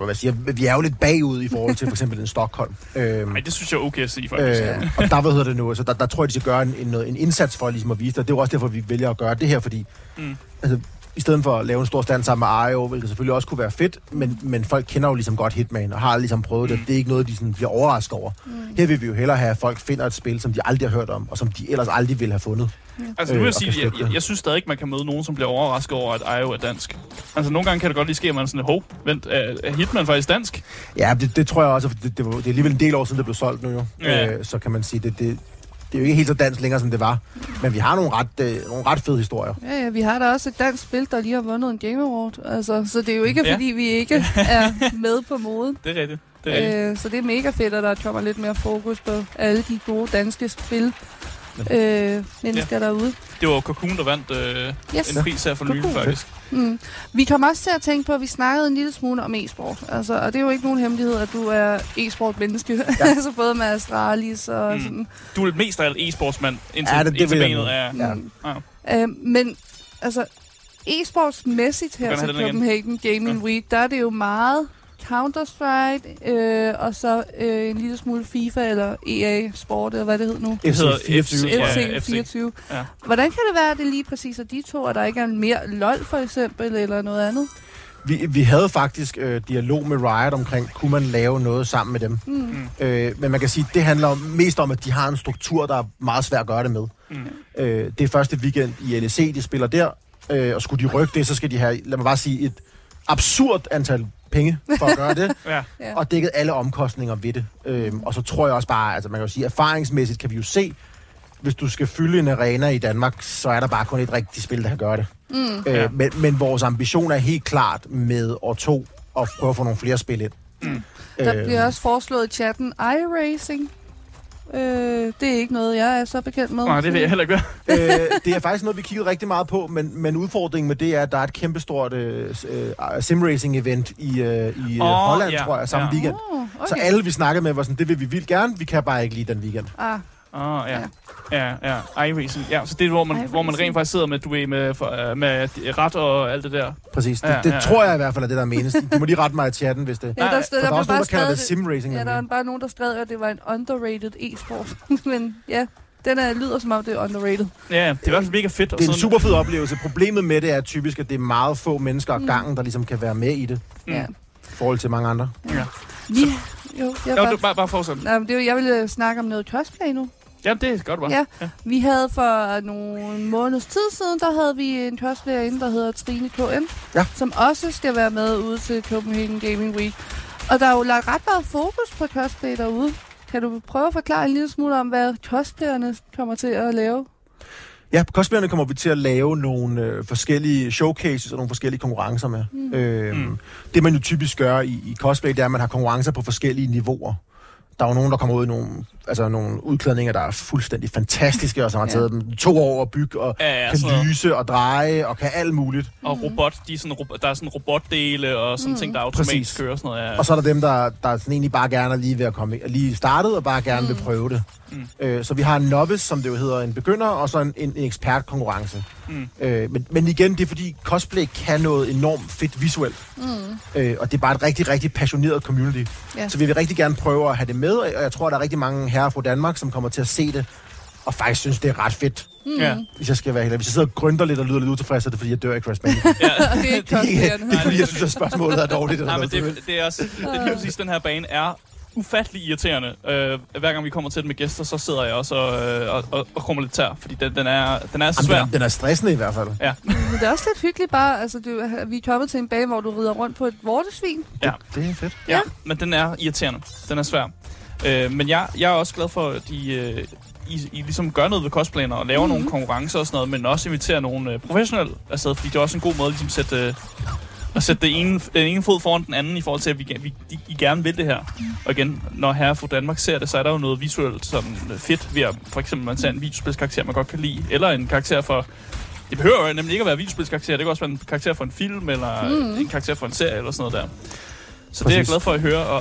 hvad siger, vi er jo lidt bagud i forhold til for eksempel en Stockholm. Nej, det synes jeg er okay at sige, faktisk. Og der, hvad hedder det nu, så der tror jeg, de skal gøre en indsats for ligesom at vise det. Det er også derfor, vi vælger at gøre det her, fordi altså, i stedet for at lave en stor stand sammen med Ario, hvilket selvfølgelig også kunne være fedt, men folk kender jo ligesom godt Hitman, og har ligesom prøvet det. Det er ikke noget, de sådan bliver overrasket over. Her vil vi jo hellere have, at folk finder et spil, som de aldrig har hørt om, og som de ellers aldrig ville have fundet. Altså nu vil jeg sige, jeg synes stadig ikke, man kan møde nogen, som bliver overrasket over, at Ario er dansk. Altså nogle gange kan det godt lige ske, at man er sådan, vent, er Hitman faktisk dansk? Det det tror jeg også, for det er alligevel en del år siden, det blev solgt nu jo. Så kan man sige, det er jo ikke helt så dansk længere, som det var. Men vi har nogle ret fede historier. Ja, vi har da også et dansk spil, der lige har vundet en Game Award. Altså, så det er jo ikke, fordi vi ikke er med på moden. Det er rigtigt. Så det er mega fedt, at der kommer lidt mere fokus på alle de gode danske spil. Mennesker derude. Det var Cocoon, der vandt en pris her for nylig, faktisk. Vi kommer også til at tænke på, at vi snakkede en lille smule om e-sport. Altså, og det er jo ikke nogen hemmelighed, at du er e-sport-menneske. Ja. Altså både med Astralis og sådan. Du er mest af alt e-sportsmand indtil benet er... Men altså, e-sportsmæssigt her til Copenhagen Gaming Week, der er det jo meget Counter-Strike, og så en lille smule FIFA eller EA Sport, eller hvad det hedder nu. FC 24. Ja. Hvordan kan det være, at det lige præcis er de to, og der ikke er mere LOL for eksempel, eller noget andet? Vi havde faktisk dialog med Riot omkring, kunne man lave noget sammen med dem. Men man kan sige, det handler mest om, at de har en struktur, der er meget svært at gøre det med. Det er første weekend i LEC, de spiller der, og skulle de rykke det, så skal de have, lad mig bare sige, et absurd antal penge for at gøre det, og dækket alle omkostninger ved det. Og så tror jeg også bare, altså man kan jo sige, erfaringsmæssigt kan vi jo se, hvis du skal fylde en arena i Danmark, så er der bare kun et rigtigt spil, der kan gøre det. Men vores ambition er helt klart med år 2 at prøve at få nogle flere spil ind. Der bliver også foreslået i chatten iRacing. Det er ikke noget, jeg er så bekendt med. Nej, det vil jeg heller ikke være. Det er faktisk noget, vi kiggede rigtig meget på, men udfordringen med det er, at der er et kæmpestort simracing-event i Holland, tror jeg, samme weekend. Okay. Så alle, vi snakkede med, var sådan, det vil vi vildt gerne, vi kan bare ikke lide den weekend. iRacing. Ja, så det er, hvor man rent faktisk sidder med, med ret og alt det der. Præcis. Det tror jeg i hvert fald er det, der menes. Du må lige rette mig i chatten, hvis det... Ja, der er også nogen, der kalder det simracing. Ja, der er bare nogen, der skrev, at det var en underrated e-sport. Men ja, den lyder som om, det er underrated. Ja, det er i hvert fald mega fedt. Det er en super fed oplevelse. Problemet med det er typisk, at det er meget få mennesker ad gangen, der ligesom kan være med i det. I forhold til mange andre. Bare fortsæt. Jeg ville snakke om noget cosplay nu. Ja, det er godt bare. Ja. Vi havde for nogle måneders tid siden, der havde vi en cosplayer inde, der hedder Trine KM, som også skal være med ude til Copenhagen Gaming Week. Og der er jo lagt ret meget fokus på cosplay derude. Kan du prøve at forklare en lille smule om, hvad cosplayerne kommer til at lave? Ja, på cosplayerne kommer vi til at lave nogle forskellige showcases og nogle forskellige konkurrencer med. Det man jo typisk gør i cosplay, det er, at man har konkurrencer på forskellige niveauer. Der er jo nogen, der kommer ud i nogle udklædninger, der er fuldstændig fantastiske, og som har taget dem 2 år at bygge, og kan lyse og dreje, og kan alt muligt. Og der er sådan robotdele, og sådan ting, der automatisk kører sådan noget. Og så er der dem, der sådan egentlig bare gerne er lige ved at komme lige startet, og bare gerne vil prøve det. Så vi har en novice, som det jo hedder, en begynder, og så en ekspertkonkurrence. Men igen, det er fordi cosplay kan noget enormt fedt visuelt. Og det er bare et rigtig, rigtig passioneret community. Så vi vil rigtig gerne prøve at have det med, og jeg tror, der er rigtig mange herrer fra Danmark, som kommer til at se det, og faktisk synes, det er ret fedt. Hvis jeg skal være helt. Hvis jeg sidder og grønter lidt og lyder lidt utilfreds, så er det fordi, jeg dør i Crash Bandicoot. Det er ikke cosplayerne. Det er fordi, jeg synes, at spørgsmålet er dårligt. Nej, men det er også... Det er lige præcis, den her bane er ufattelig irriterende. Hver gang vi kommer til det med gæster, så sidder jeg også og krummer lidt tær, fordi den er så svær. Den er stressende i hvert fald. Ja. Men det er også lidt hyggeligt bare, altså vi er kommet til en bane, hvor du rider rundt på et vortesvin. Ja. Det er fedt. Ja, men den er irriterende. Den er svær. Men jeg er også glad for, at I ligesom gør noget ved cosplayerne og laver nogle konkurrencer og sådan noget, men også inviterer nogle professionelle afsted, fordi det er også en god måde ligesom at sætte den ene fod foran den anden i forhold til, at I gerne vil det her. Og igen, når herre fra Danmark ser det, så er der jo noget visuelt sådan fedt ved at for eksempel man ser en videospilskarakter, man godt kan lide, eller en karakter for... Det behøver jo nemlig ikke at være videospilskarakter, det kan også være en karakter for en film, eller en karakter for en serie, eller sådan noget der. Så det er jeg glad for at høre, og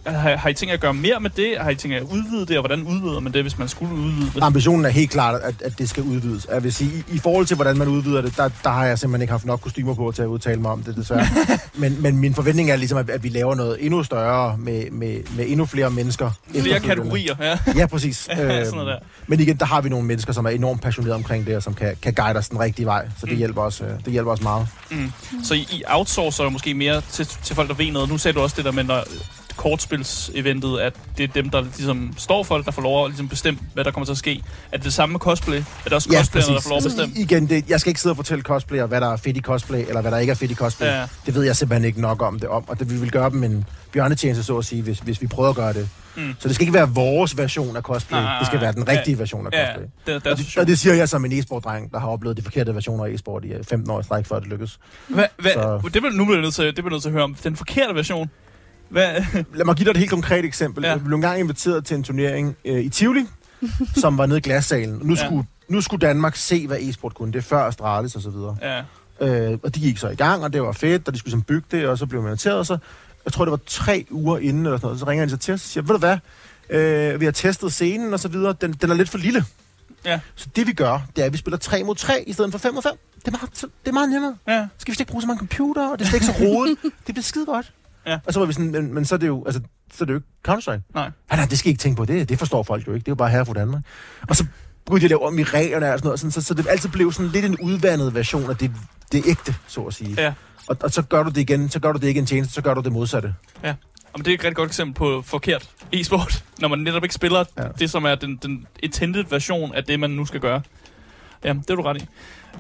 Har I tænkt at gøre mere med det? Har I tænkt at udvide det, og hvordan udvider man det, hvis man skulle udvide det? Ambitionen er helt klart, at det skal udvides. Jeg vil sige, i forhold til, hvordan man udvider det, der har jeg simpelthen ikke haft nok kostymer på til at udtale mig om det, desværre. men min forventning er ligesom, at vi laver noget endnu større med endnu flere mennesker. Flere kategorier, ja. Ja, præcis. Sådan noget der. Men igen, der har vi nogle mennesker, som er enormt passionerede omkring det, og som kan guide os den rigtige vej. Så det hjælper os meget. Så I outsourcer måske mere til folk, der ved noget. Nu sagde du også det der med, når kortspils-eventet, at det er dem, der ligesom står for det, der får lov at ligesom bestemme, hvad der kommer til at ske. Er det samme med cosplay? Er det også cosplayerne, der får lov at bestemme? Igen, jeg skal ikke sidde og fortælle cosplayer, hvad der er fedt i cosplay, eller hvad der ikke er fedt i cosplay. Ja. Det ved jeg simpelthen ikke nok om det om, og det vi vil gøre dem en bjørnetjeneste, så at sige, hvis vi prøver at gøre det. Så det skal ikke være vores version af cosplay, det skal være den rigtige version af cosplay. Og det siger jeg som en e-sport-dreng, der har oplevet de forkerte versioner af e-sport i 15 år i stræk, før det lykkes. Det bliver nødt til at høre om. Den forkerte version. Lad mig give dig et helt konkret eksempel. Jeg blev engang inviteret til en turnering i Tivoli, som var nede i glassalen. Nu skulle Danmark se, hvad e-sport kunne. Det er før Astralis og så videre. Ja. Og de gik så i gang, og det var fedt, og de skulle sådan bygge det, og så blev man inviteret. Så jeg tror, det var 3 uger inden, eller sådan noget. Så ringer de så til os og siger, ved du hvad, vi har testet scenen og så videre. Den er lidt for lille. Ja. Så det vi gør, det er, at vi spiller 3 mod 3 i stedet for 5 mod 5. Det er meget nemmere. Ja. Skal vi ikke bruge så mange computer, og det er ikke så rodet. Det bliver skide godt. Ja. Og så var vi sådan, men så er det jo, så er det jo ikke Counter-Strike. Nej, det skal I ikke tænke på. Det forstår folk jo ikke. Det er jo bare herre fra Danmark. Og så begyndte jeg at lave om i reglerne og sådan noget, så det altid blev sådan lidt en udvandet version af det ægte, så at sige. Ja. Og så gør du det igen, så gør du det ikke en tjeneste, så gør du det modsatte. Ja. Men det er et rigtig godt eksempel på forkert e-sport, når man netop ikke spiller det, som er den intended version af det, man nu skal gøre. Ja, det er du ret i.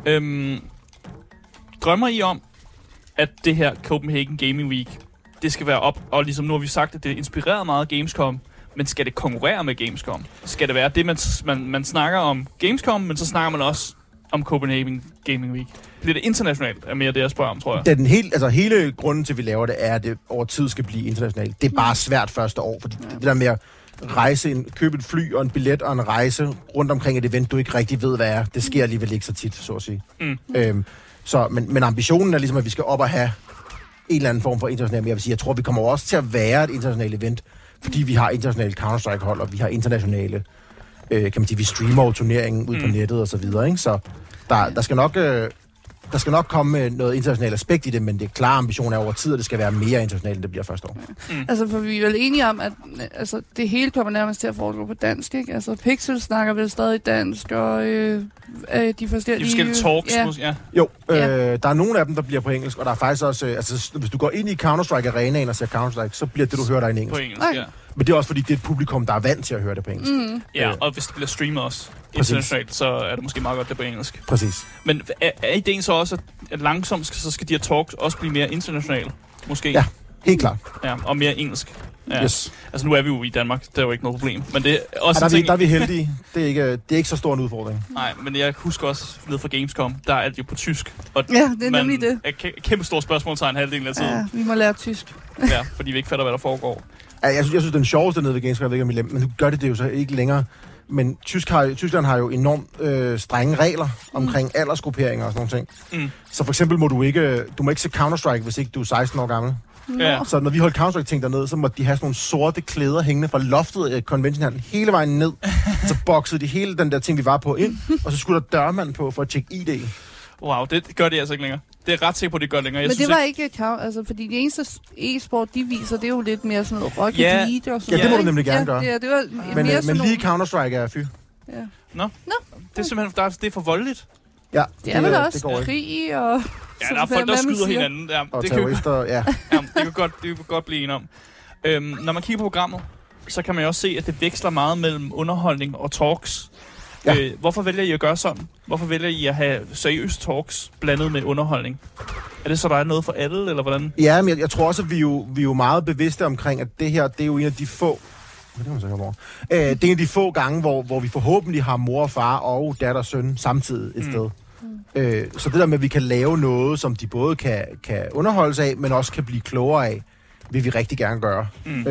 Drømmer I om, at det her Copenhagen Gaming Week, det skal være op, og ligesom nu har vi sagt, at det inspirerer meget Gamescom, men skal det konkurrere med Gamescom? Skal det være det, man snakker om Gamescom, men så snakker man også om Copenhagen Gaming Week? Bliver det internationalt, er mere det, jeg spørger om, tror jeg. Det er hele grunden til, at vi laver det, er, at det over tid skal blive internationalt. Det er bare svært første år, fordi det der med at købe et fly og en billet og en rejse rundt omkring et event, du ikke rigtig ved, hvad er, det sker alligevel ikke så tit, så at sige. Men ambitionen er ligesom, at vi skal op og have en eller anden form for international, men jeg vil sige, jeg tror, vi kommer også til at være et internationalt event, fordi vi har internationale Counter-Strike-hold, og vi har internationale, kan man sige, vi streamer turneringen ud på nettet og så videre, ikke? Så der skal nok komme noget internationalt aspekt i det, men det er klare ambition er over tid, at det skal være mere internationalt, end det bliver første år. Altså, for vi er vel enige om, at det hele kommer nærmest til at foregå på dansk, ikke? Altså, Pixel snakker vel stadig dansk, og de forskellige talks, ja. Jo, der er nogle af dem, der bliver på engelsk, og der er faktisk også, hvis du går ind i Counter-Strike-arenaen og ser Counter-Strike, så bliver det, du hører, der en engelsk. På engelsk, ja. Men det er også, fordi det er et publikum, der er vant til at høre det på engelsk. Ja, og hvis det bliver streamet også internationalt, så er det måske meget godt, det på engelsk. Præcis. Men er ideen så også, at langsomt så skal de her talks også blive mere internationale, måske? Ja, helt klart. Ja, og mere engelsk. Ja. Yes. Altså nu er vi jo i Danmark, det er jo ikke noget problem. Men det er også der er vi heldige. Det er ikke så stor en udfordring. Nej, men jeg husker også ned fra Gamescom, der er alt jo på tysk. Og det er nemlig det. Kæmpe stort spørgsmålstegn halvdelen af tiden. Ja, vi må lære tysk. Ja, fordi vi ikke fatter, hvad der foregår. Jeg synes, den sjoveste nede ved Gamescom, jeg ved ikke, men nu gør det jo så ikke længere. Men Tyskland har jo enormt strenge regler omkring aldersgrupperinger og sådan nogle ting. Så for eksempel må du ikke se Counter-Strike, hvis ikke du er 16 år gammel. Ja. Så når vi holdt Counter-Strike-ting dernede, så måtte de have sådan nogle sorte klæder hængende fra loftet af convention hele vejen ned. Så boxede de hele den der ting, vi var på ind, og så skulle der dørmand på for at tjekke ID. Wow, det gør det altså ikke længere. Det er ret sikker på, at det gør længere. Men det var ikke fordi de eneste e-sport, de viser, det er jo lidt mere sådan noget Rocket League og sådan noget. Ja, det må du nemlig gerne gøre. Ja, det var men lige Counter-Strike er fy. Ja. Nå. Det er simpelthen, det er for voldeligt. Ja, det er vel også krig og... Ja, der er folk, der skyder hinanden. Ja, og terrorister, ja. Det kan godt blive enige om. Når man kigger på programmet, så kan man jo også se, at det veksler meget mellem underholdning og talks. Ja. Hvorfor vælger I at gøre sådan? Hvorfor vælger I at have seriøse talks blandet med underholdning? Er det så, der er noget for alle, eller hvordan? Ja, men jeg tror også, at vi er jo meget bevidste omkring, at det her, det er jo en af de få... Det er en af de få gange, hvor vi forhåbentlig har mor og far og datter og søn samtidig et sted. Så det der med, at vi kan lave noget, som de både kan underholde sig af, men også kan blive klogere af, vil vi rigtig gerne gøre.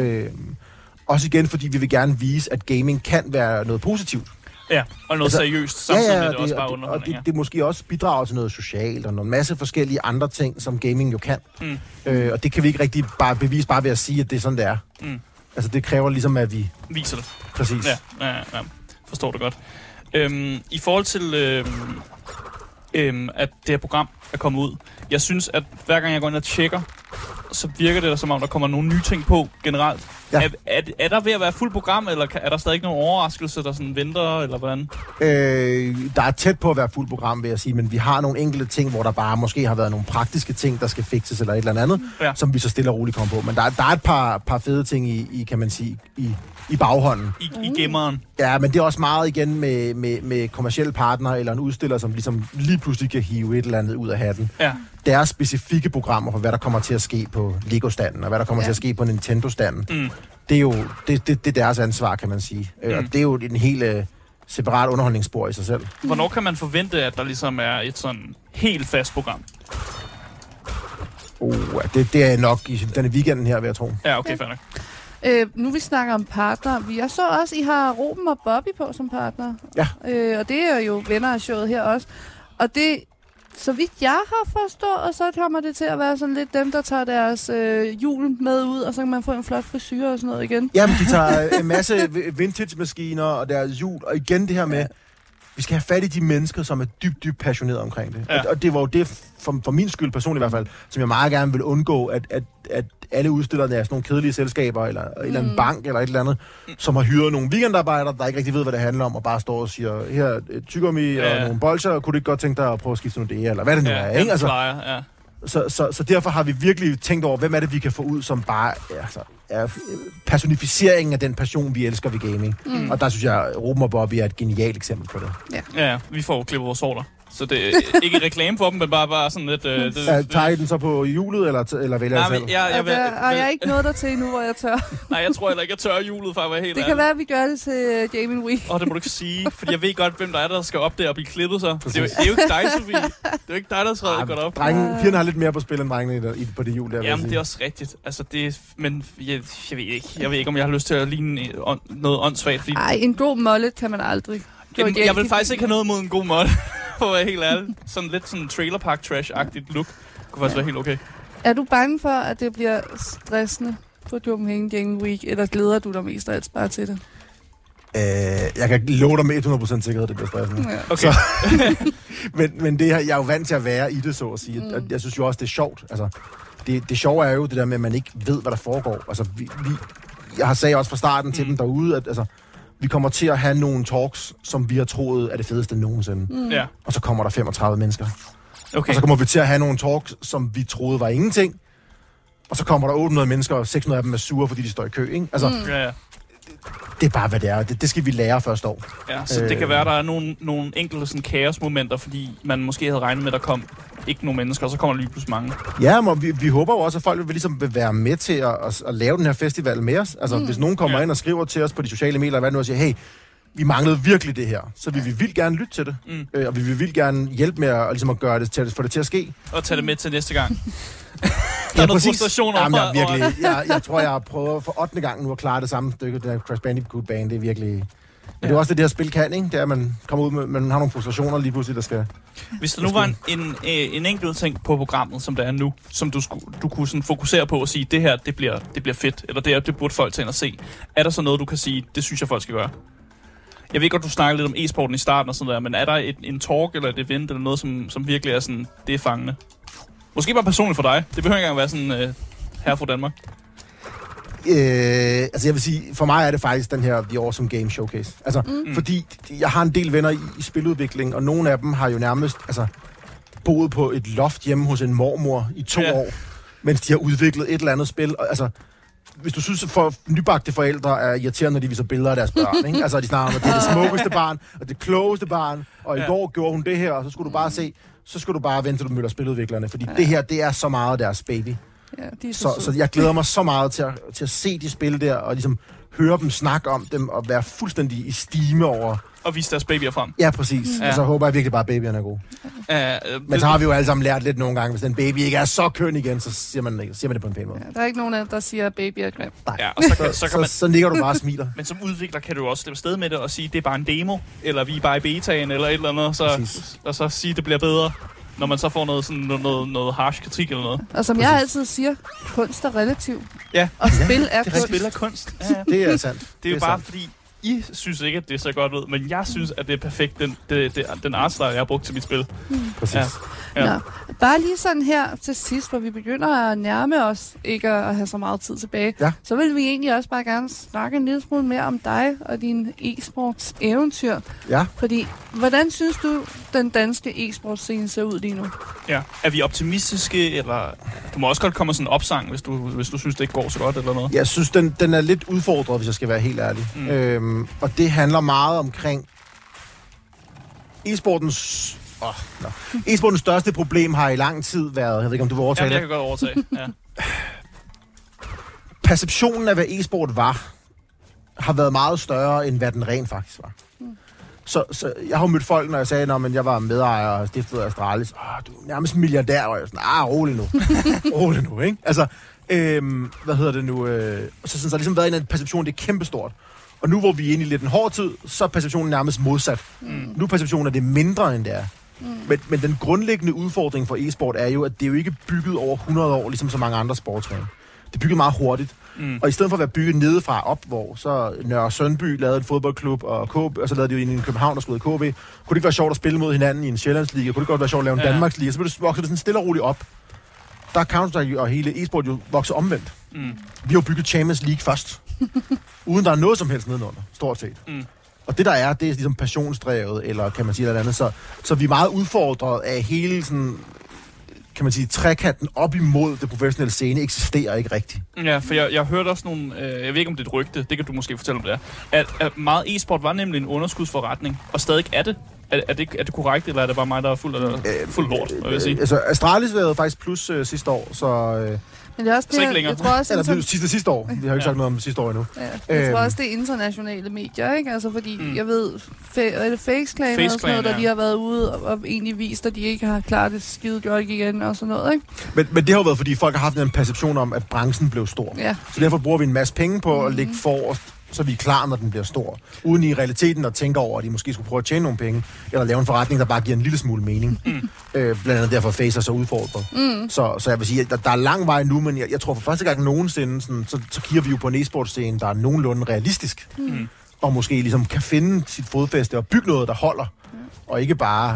Også igen, fordi vi vil gerne vise, at gaming kan være noget positivt. Ja, og noget seriøst, samtidig med det også bare underholdning. Og det måske også bidrager til noget socialt, og en masse forskellige andre ting, som gaming jo kan. Og det kan vi ikke rigtig bare bevise bare ved at sige, at det er sådan, det er. Altså, det kræver ligesom, at vi... Viser det. Præcis. Ja. Forstår det godt. I forhold til, at det her program er kommet ud, jeg synes, at hver gang jeg går ind og tjekker, så virker det som om, der kommer nogle nye ting på generelt. Ja. Er der ved at være fuld program, eller er der stadig nogle overraskelser, der sådan venter, eller hvordan? Der er tæt på at være fuld program, vil jeg sige, men vi har nogle enkelte ting, hvor der bare måske har været nogle praktiske ting, der skal fikses, eller et eller andet, som vi så stille og roligt kommer på. Men der er et par fede ting i, kan man sige, i baghånden. I gemmeren. Ja, men det er også meget igen med kommercielle partnere, eller en udstiller, som ligesom lige pludselig kan hive et eller andet ud af hatten. Ja. Der er specifikke programmer for, hvad der kommer til at ske på Lego-standen, og hvad der kommer til at ske på Nintendo-standen. Mm. Det er jo det er deres ansvar, kan man sige. Og det er jo en helt separat underholdningsspor i sig selv. Hvornår kan man forvente, at der ligesom er et sådan helt fast program? Det er nok i denne weekenden her, vil jeg tro. Ja, okay, fair nok. Nu vi snakker om partner. Jeg så også, I har Ruben og Bobby på som partner. Ja. Og det er jo venner af showet her også. Og det, så vidt jeg har forstået, så kommer det til at være sådan lidt dem, der tager deres hjul med ud, og så kan man få en flot frisyr og sådan noget igen. Jamen, de tager en masse vintage-maskiner og deres hjul, og igen det her med, vi skal have fat i de mennesker, som er dybt passionerede omkring det. Ja. Og det var jo det, for min skyld personligt i hvert fald, som jeg meget gerne vil undgå, at alle udstillerne er sådan nogle kedelige selskaber, eller en eller anden bank, eller et eller andet, som har hyret nogle weekendarbejdere, der ikke rigtig ved, hvad det handler om, og bare står og siger, her er et tyggegummi og nogle bolcher, kunne du ikke godt tænke dig at prøve at skifte noget det, eller hvad det nu er, ikke? Altså, så derfor har vi virkelig tænkt over, hvem er det, vi kan få ud, som bare er personificeringen af den passion, vi elsker ved gaming. Og der synes jeg, Ruben og Bobby er et genialt eksempel på det. Ja, vi får klippet vores sorter. Så det er ikke reklame for dem, men bare sådan lidt... Tager I den så på hjulet, eller vælger jeg selv? Jeg er ikke noget der til endnu, hvor jeg tør. Nej, jeg tror heller ikke, jeg tør hjulet, for at være helt Det kan være, at vi gør det til Gaming Week. Det må du ikke sige, fordi jeg ved godt, hvem der skal op der og blive klippet så. Det er jo ikke dig, Sofie. Det er jo ikke dig, der træder godt op. Pigerne har lidt mere på spil end drengene på det hjul der. Jamen, det er også rigtigt. Altså, men jeg ved ikke. Jeg ved ikke, om jeg har lyst til at ligne noget åndssvagt. Nej, en god mullet kan man aldrig. Jeg vil faktisk ikke have noget mod en god mullet. For at være helt ærlig. Sådan lidt sådan trailer park trash-agtigt look. Kunne faktisk være helt okay. Er du bange for, at det bliver stressende på Copenhagen Gaming Week, eller glæder du dig mest af alt bare til det? Jeg kan love dig med 100% sikkerhed, det bliver stressende. Ja. Okay. men det, jeg er jo vant til at være i det, så at sige. Jeg synes jo også, det er sjovt. Altså, det sjove er jo det der med, at man ikke ved, hvad der foregår. Altså, jeg har sagt også fra starten til dem derude, at altså, vi kommer til at have nogle talks, som vi har troet er det fedeste nogensinde. Ja. Og så kommer der 35 mennesker. Okay. Og så kommer vi til at have nogle talks, som vi troede var ingenting. Og så kommer der 800 mennesker, og 600 af dem er sure, fordi de står i kø, ikke? Altså, det er bare, hvad det er. Det skal vi lære første år. Ja, så det kan være, at der er nogle enkelte sådan kaosmomenter, fordi man måske havde regnet med, at der kom ikke nogen mennesker, og så kommer der lige pludselig mange. Ja, men vi håber jo også, at folk vil være med til at lave den her festival med os. Altså, hvis nogen kommer ind og skriver til os på de sociale medier, hvad nu, og siger, hey, vi manglede virkelig det her, så vi vil vildt gerne lytte til det. Og vi vil vildt gerne hjælpe med at gøre det til, få det til at ske. Og tage det med til næste gang. Der er noget frustration over. Jeg tror, jeg har prøvet for 8. gang nu at klare det samme stykke, det der Crash Bandicoot-bane. Det er virkelig... Men det er også det her spil kan, ikke? Det er, at man kommer ud med, man har nogle frustrationer lige pludselig, der skal... Hvis der nu var en enkelt ting på programmet, som der er nu, som du kunne sådan fokusere på og sige, det her, det bliver fedt, eller det burde folk tage ind og se. Er der så noget, du kan sige, det synes jeg, folk skal gøre? Jeg ved godt, du snakker lidt om e-sporten i starten og sådan der, men er der en talk eller et event eller noget, som virkelig er sådan, det er fangende? Måske bare personligt for dig. Det behøver ikke engang være sådan her fra Danmark. Altså jeg vil sige, for mig er det faktisk den her The Awesome Game Showcase. Altså, fordi jeg har en del venner i spiludvikling, og nogle af dem har jo nærmest boet på et loft hjemme hos en mormor i 2 år, mens de har udviklet et eller andet spil. Altså, hvis du synes, for nybagte forældre er irriterende, når de viser billeder af deres børn, ikke? Altså, de snakker om, at det er det smukkeste barn, og det klogeste barn, og i går gjorde hun det her, og så skulle du bare se, så skulle du bare vente, til du møder spiludviklerne, fordi det her, det er så meget deres baby. Ja, så jeg glæder mig så meget til at se de spil der, og ligesom høre dem snakke om dem, og være fuldstændig i stime over... Og vise deres babyer frem. Ja, præcis. Og så håber jeg virkelig bare, at babyerne er gode. Men så har vi jo alle sammen lært lidt nogle gange, hvis den baby ikke er så køn igen, så siger man det på en pæn måde. Ja, der er ikke nogen, der siger, at baby er grim. Ja, og så ligger du bare og smiler. Men som udvikler kan du også slippe sted med det og sige, det er bare en demo, eller vi er bare i betaen, eller et eller andet, og så sige, det bliver bedre, når man så får noget harsh kritik eller noget. Og som jeg altid siger, kunst er relativ. Ja. Og spil er kunst. Spil er kunst. Ja. Det er sandt. Det er jo bare fordi, I synes ikke, at det ser godt ud, men jeg synes, at det er perfekt, den artstyle, jeg har brugt til mit spil. Præcis. Ja. Nå, bare lige sådan her til sidst, hvor vi begynder at nærme os, ikke at have så meget tid tilbage, så vil vi egentlig også bare gerne snakke en lille smule mere om dig og din e-sports eventyr. Ja. Fordi, hvordan synes du, den danske e-sports scene ser ud lige nu? Ja. Er vi optimistiske, eller du må også godt komme med sådan en opsang, hvis du synes, det ikke går så godt eller noget? Jeg synes, den er lidt udfordret, hvis jeg skal være helt ærlig. Og det handler meget omkring e-sportens... E-sportens største problem har i lang tid været... Jeg ved ikke, om du vil overtage det? Ja, jeg kan godt overtage, ja. Perceptionen af, hvad e-sport har været meget større, end hvad den rent faktisk var. Så jeg har mødt folk, når jeg sagde, at jeg var medejer og stiftede Astralis. Du er nærmest milliardær, og jeg er sådan, rolig nu. Rolig nu, ikke? Altså, hvad hedder det nu? Så sådan, der har ligesom været en perception, det er kæmpestort. Og nu, hvor vi er inde i lidt en hård tid, så er perceptionen nærmest modsat. Nu er perceptionen, at det er mindre, end det er. Men den grundlæggende udfordring for e-sport er jo, at det er jo ikke bygget over 100 år, ligesom så mange andre sportsgrene. Det er bygget meget hurtigt. Og i stedet for at være bygget nedefra op, hvor så Nørre Sundby lavede en fodboldklub, og så lavede de jo en i København, der skulle KB. Kunne det ikke være sjovt at spille mod hinanden i en Sjællandsliga? Kunne det godt være sjovt at lave en Danmarksliga? Så blev det vokset sådan stille og roligt op. Der er Counter-Strike og hele e-sport jo vokset omvendt. Vi har jo bygget Champions League først. Uden der er noget som helst nedenunder, stort set. Og det der er, det er ligesom passionsdrevet, eller kan man sige noget andet. Så vi er meget udfordret af hele sådan, kan man sige, trekanten op imod det professionelle scene eksisterer ikke rigtigt. Ja, for jeg hørte også nogle, jeg ved ikke om det er et rygte, det kan du måske fortælle om det er, at meget e-sport var nemlig en underskudsforretning, og stadig er det. Er det korrekt, eller er det bare mig, der er fuld lort, vil jeg sige? Altså, Astralis var faktisk plus sidste år, så... Men det er også det, jeg tror også... Eller sidste år. Vi har jo ikke sagt noget om sidste år endnu. Ja. Jeg tror også, det er internationale medier, ikke? Altså, fordi jeg ved, er det FaceClan og sådan noget, der de har været ude og egentlig vist, at de ikke har klaret det skide godt igen og sådan noget, ikke? Men det har jo været, fordi folk har haft en perception om, at branchen blev stor. Ja. Så derfor bruger vi en masse penge på at ligge forrest, så vi er klar, når den bliver stor. Uden i realiteten at tænke over, at de måske skulle prøve at tjene nogle penge, eller lave en forretning, der bare giver en lille smule mening. Blandt andet derfor Face er så udfordret. Så jeg vil sige, at der er lang vej nu, men jeg tror for første gang nogensinde, sådan, så kigger vi jo på en e-sportscene, der er nogenlunde realistisk. Og måske ligesom kan finde sit fodfæste og bygge noget, der holder. Og ikke bare,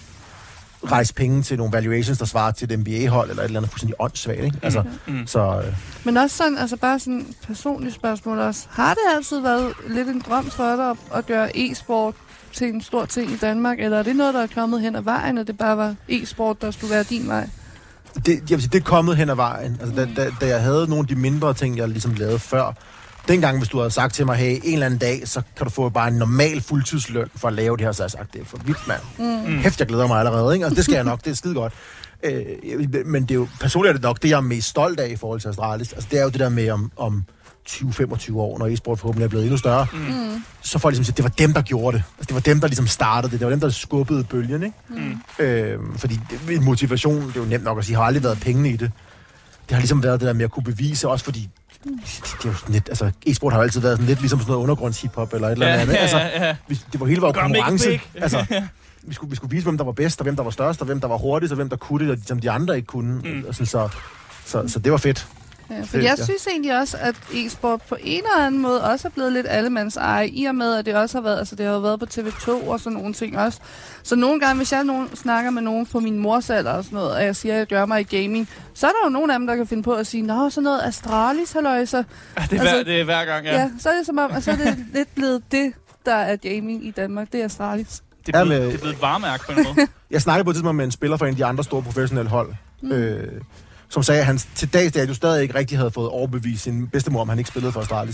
rejse penge til nogle valuations, der svarer til et NBA-hold, eller et eller andet fuldstændig åndssvagt, ikke? Men også sådan, bare sådan et personligt spørgsmål også. Har det altid været lidt en drøm for dig at gøre e-sport til en stor ting i Danmark, eller er det noget, der er kommet hen ad vejen, og det bare var e-sport, der skulle være din vej? Jeg vil sige, det er kommet hen ad vejen. Altså, da jeg havde nogle af de mindre ting, jeg ligesom lavede før, dengang, hvis du havde sagt til mig, hey, en eller anden dag, så kan du få bare en normal fuldtidsløn for at lave det her, så har jeg sagt, det er for vildt, mand. Hæft, jeg glæder mig allerede, ikke? Altså, det skal jeg nok, det er skide godt. Men det er jo, personligt er det nok det, jeg er mest stolt af i forhold til Astralis. Altså, det er jo det der med om 20-25 år, når e-sport forhåbentlig er blevet endnu større, så får jeg ligesom sige, det var dem, der gjorde det. Altså, det var dem, der ligesom startede det. Det var dem, der skubbede bølgen, ikke? Fordi motivation, det er jo nemt nok at sige, har aldrig været pengene i det. Det har ligesom været det der med at kunne bevise, også fordi det er jo sådan lidt, altså e-sport har jo altid været sådan lidt ligesom sådan noget undergrunds-hiphop eller et eller andet. Altså, det var hele vores konkurrence. Altså, vi skulle vise, hvem der var bedst, og hvem der var størst, og hvem der var hurtigst, og hvem der kunne det, som de andre ikke kunne. Så det var fedt. Ja, for jeg synes egentlig også, at e-sport på en eller anden måde også er blevet lidt allemands eje, i og med, at det også har været, det har været på TV2 og sådan nogle ting også. Så nogle gange, hvis jeg snakker med nogen på min mors alder og sådan noget, og jeg siger, at jeg gør mig i gaming, så er der jo nogle af dem, der kan finde på at sige, nå, sådan noget Astralis, halløjsa. Det er hver gang, ja. Ja, så er det som om, at så er det lidt blevet det, der er gaming i Danmark, det er Astralis. Det er blevet et varemærke på en måde. Jeg snakkede på et tidspunkt med en spiller fra en af de andre store professionelle hold, som sagde, at han til dags dato stadig ikke rigtig havde fået overbevist sin bedstemor, om han ikke spillede for Astralis.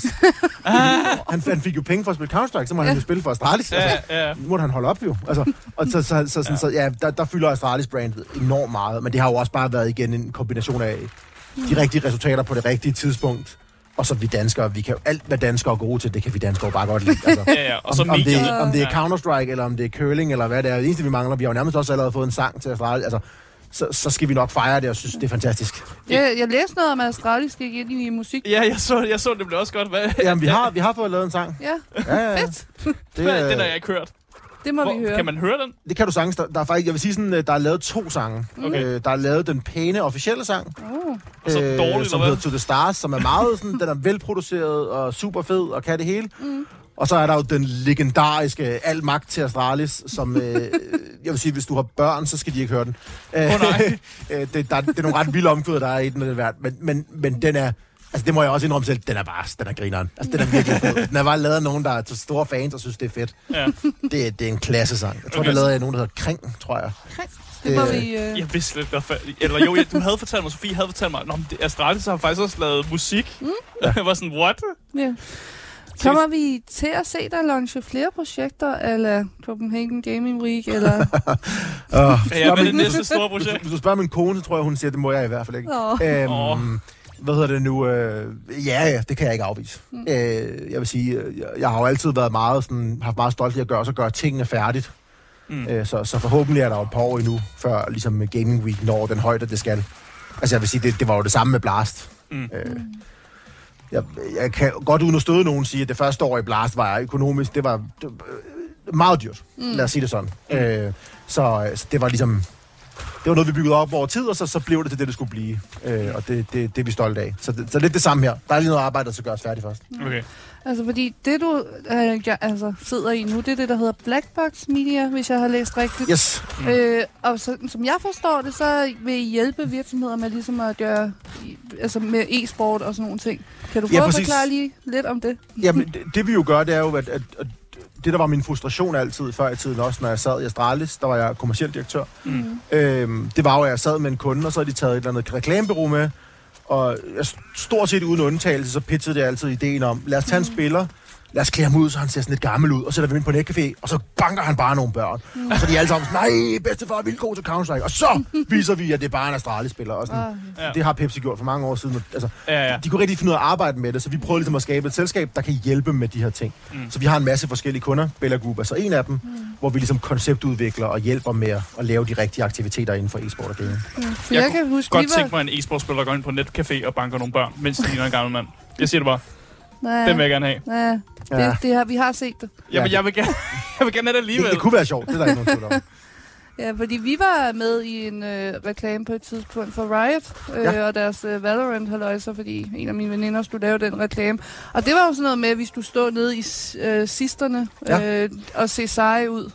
Han fik jo penge for at spille Counter-Strike, så må han jo spille for Astralis. Nu måtte han holde op jo. Og der fylder Astralis-brandet enormt meget, men det har jo også bare været igen en kombination af de rigtige resultater på det rigtige tidspunkt. Og så vi danskere, vi kan jo alt, hvad danskere er gode til, det kan vi danskere bare godt lide. Altså, og så om det er Counter-Strike, eller om det er curling, eller hvad det er. Det eneste, vi mangler, vi har jo nærmest også allerede fået en sang til Astralis. Altså, så skal vi nok fejre det, og synes, det er fantastisk. Jeg læste noget om, at Astralis gik ind i musik. Ja, jeg så det blev også godt. Jamen, vi har fået lavet en sang. Ja. Fedt. Den har jeg ikke hørt. Det må vi høre. Kan man høre den? Det kan du sagtens. Der er faktisk, jeg vil sige sådan, der er lavet 2 sange. Okay. Der er lavet den pæne officielle sang, Så dårligt, som hedder To The Stars, som er meget sådan, den er velproduceret og super fed og kan det hele. Og så er der jo den legendariske Al Magt til Astralis, som jeg vil sige, hvis du har børn, så skal de ikke høre den. Nej. Det er nogle ret vilde omkvæd, der er i den, men den er... Altså, det må jeg også indrømme selv. Den er grineren. Altså, den er virkelig fed. Den er bare lavet af nogen, der er til store fans og synes, det er fedt. Ja. Det er en klassesang. Jeg tror, det er lavet af nogen, der hedder Kring, tror jeg. Kring? Det må vi... Jeg vidste slet ikke, eller jo, du havde fortalt mig, Sofie havde fortalt mig, at Astralis har faktisk også lavet musik. Jeg var sådan, what? Ja. Kommer vi til at se dig launche flere projekter, eller Copenhagen Gaming Week, eller... Ja, hvad er det næste store projekt? Hvis du spørger min kone, så tror jeg, hun siger, det må jeg i hvert fald ikke. Hvad hedder det nu? Ja, det kan jeg ikke afvise. Jeg vil sige, jeg har jo altid været meget sådan, haft meget stolt i at gøre tingene færdigt. Så forhåbentlig er der jo et par år endnu, før ligesom Gaming Week når den højde, det skal. Altså jeg vil sige, det var jo det samme med Blast. Jeg kan godt uden at støde nogen sige, at det første år i Blast var økonomisk, det var meget dyrt. Lad os sige det sådan. Så det var ligesom... Det var noget, vi byggede op over tid, og så blev det til det skulle blive. Og det er vi stolte af. Så lidt det samme her. Der er lige noget arbejde, der skal gøres færdigt først. Okay. Altså, fordi det, du sidder i nu, det er det, der hedder Black Box Media, hvis jeg har læst rigtigt. Yes. Og så, som jeg forstår det, så vil I hjælpe virksomheder med ligesom at gøre altså med e-sport og sådan nogle ting. Kan du prøve at forklare lige lidt om det? Jamen, det vi jo gør, det er jo, at det, der var min frustration altid før i tiden, også når jeg sad i Astralis, der var jeg kommerciel direktør. Det var jo, at jeg sad med en kunde, og så havde de taget et eller andet reklamebureau med, og jeg, stort set uden undtagelse, så pitchede det altid ideen om, lad os tage en spiller, lad os klæde ham ud, så han ser sådan lidt gammel ud, og så sætter vi ind på en netcafé, og så banker han bare nogle børn. Og så er de alle sammen sådan, nej, bedstefar er vildt god til Counter-Strike, og så viser vi, at det er bare en Astralis-spiller. Og sådan, det har Pepsi gjort for mange år siden. Altså, de kunne rigtig finde ud af at arbejde med det, så vi prøvede ligesom at skabe et selskab, der kan hjælpe med de her ting. Så vi har en masse forskellige kunder, Bella Group er så en af dem, hvor vi ligesom konceptudvikler og hjælper med at lave de rigtige aktiviteter inden for e-sport og gaming. Jeg kan huske, godt tænke mig en e-sportspiller, der går ind på en netcafé og banker nogle børn, mens de ligner en gammel mand. Jeg siger det bare. Den vil jeg gerne have. Vi har set det. Jamen, jeg vil gerne have det alligevel. Det kunne være sjovt, det er der ikke nogen tvivl om. Ja, fordi vi var med i en reklame på et tidspunkt for Riot og deres Valorant-halløjser, fordi en af mine veninder skulle lave den reklame. Og det var jo sådan noget med, at vi skulle stå nede i sisterne og se seje ud.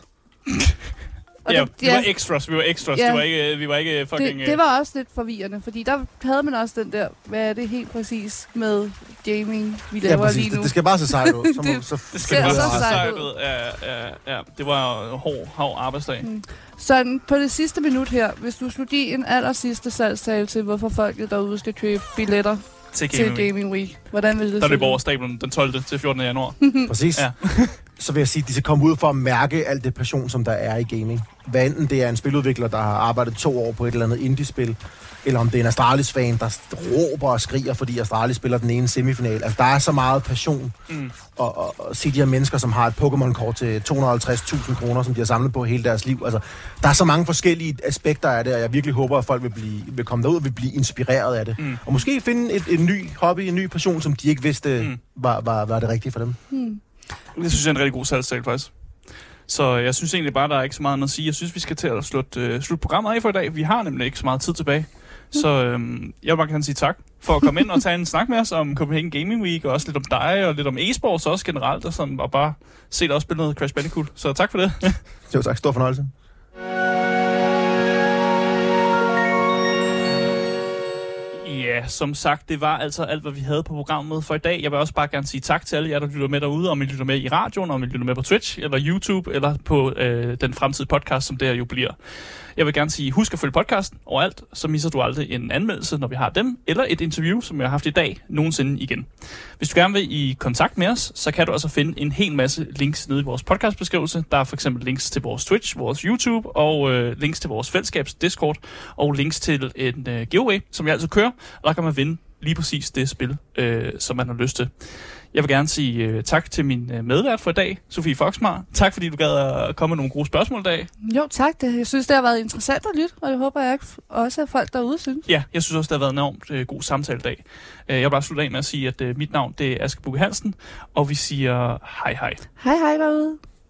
Og vi var extras. Ja. Vi var ikke fucking... Det var også lidt forvirrende, fordi der havde man også den der, hvad er det helt præcis med gaming, vi laver lige nu. Det skal bare se sejt ud. Det skal bare se sejt ud. Ja. Det var en hård arbejdsdag. Så på det sidste minut her, hvis du skulle give en allersidste salgstale til, hvorfor folket derude skal købe billetter til Gaming Week, hvordan vil det se ud? Der løber over stablen den 12. til 14. januar. Præcis. Ja. Så vil jeg sige, at de skal komme ud for at mærke alt det passion, som der er i gaming. Hvad enten det er en spiludvikler, der har arbejdet 2 år på et eller andet indie-spil, eller om det er en Astralis-fan, der råber og skriger, fordi Astralis spiller den ene semifinal. Altså, der er så meget passion. Og se de her mennesker, som har et Pokémon-kort til 250.000 kroner, som de har samlet på hele deres liv. Altså, der er så mange forskellige aspekter af det, og jeg virkelig håber, at folk vil komme derud og vil blive inspireret af det. Og måske finde en ny hobby, en ny passion, som de ikke vidste var det rigtige for dem. Det synes jeg er en rigtig god salgstale, faktisk. Så jeg synes egentlig bare, der er ikke så meget andet at sige. Jeg synes, vi skal til at slutte programmet af for i dag. Vi har nemlig ikke så meget tid tilbage. Så jeg vil bare gerne sige tak for at komme ind og tage en snak med os om Copenhagen Gaming Week, og også lidt om dig, og lidt om e-sports også generelt, og sådan, og bare se dig også spille noget Crash Bandicoot. Så tak for det. Jo, tak. Stor fornøjelse. Ja, som sagt, det var altså alt, hvad vi havde på programmet for i dag. Jeg vil også bare gerne sige tak til alle jer, der lytter med derude, om I lytter med i radioen, om I lytter med på Twitch, eller YouTube, eller på den fremtidige podcast, som det her jo bliver. Jeg vil gerne sige, husk at følge podcasten overalt, så misser du aldrig en anmeldelse, når vi har dem, eller et interview, som jeg har haft i dag, nogensinde igen. Hvis du gerne vil i kontakt med os, så kan du altså finde en hel masse links nede i vores podcastbeskrivelse. Der er for eksempel links til vores Twitch, vores YouTube, og links til vores fællesskabs Discord, og links til en giveaway, som jeg altid kører, og der kan man vinde lige præcis det spil, som man har lyst til. Jeg vil gerne sige tak til min medvært for i dag, Sofie Foxmar. Tak fordi du gad at komme med nogle gode spørgsmål i dag. Jo, tak. Jeg synes, det har været interessant at lytte, og jeg håber, jeg også at folk derude synes. Ja, jeg synes også, det har været en enormt god samtale i dag. Jeg vil bare slutte af med at sige, at mit navn det er Asger Bugge Hansen, og vi siger hej hej. Hej hej derude.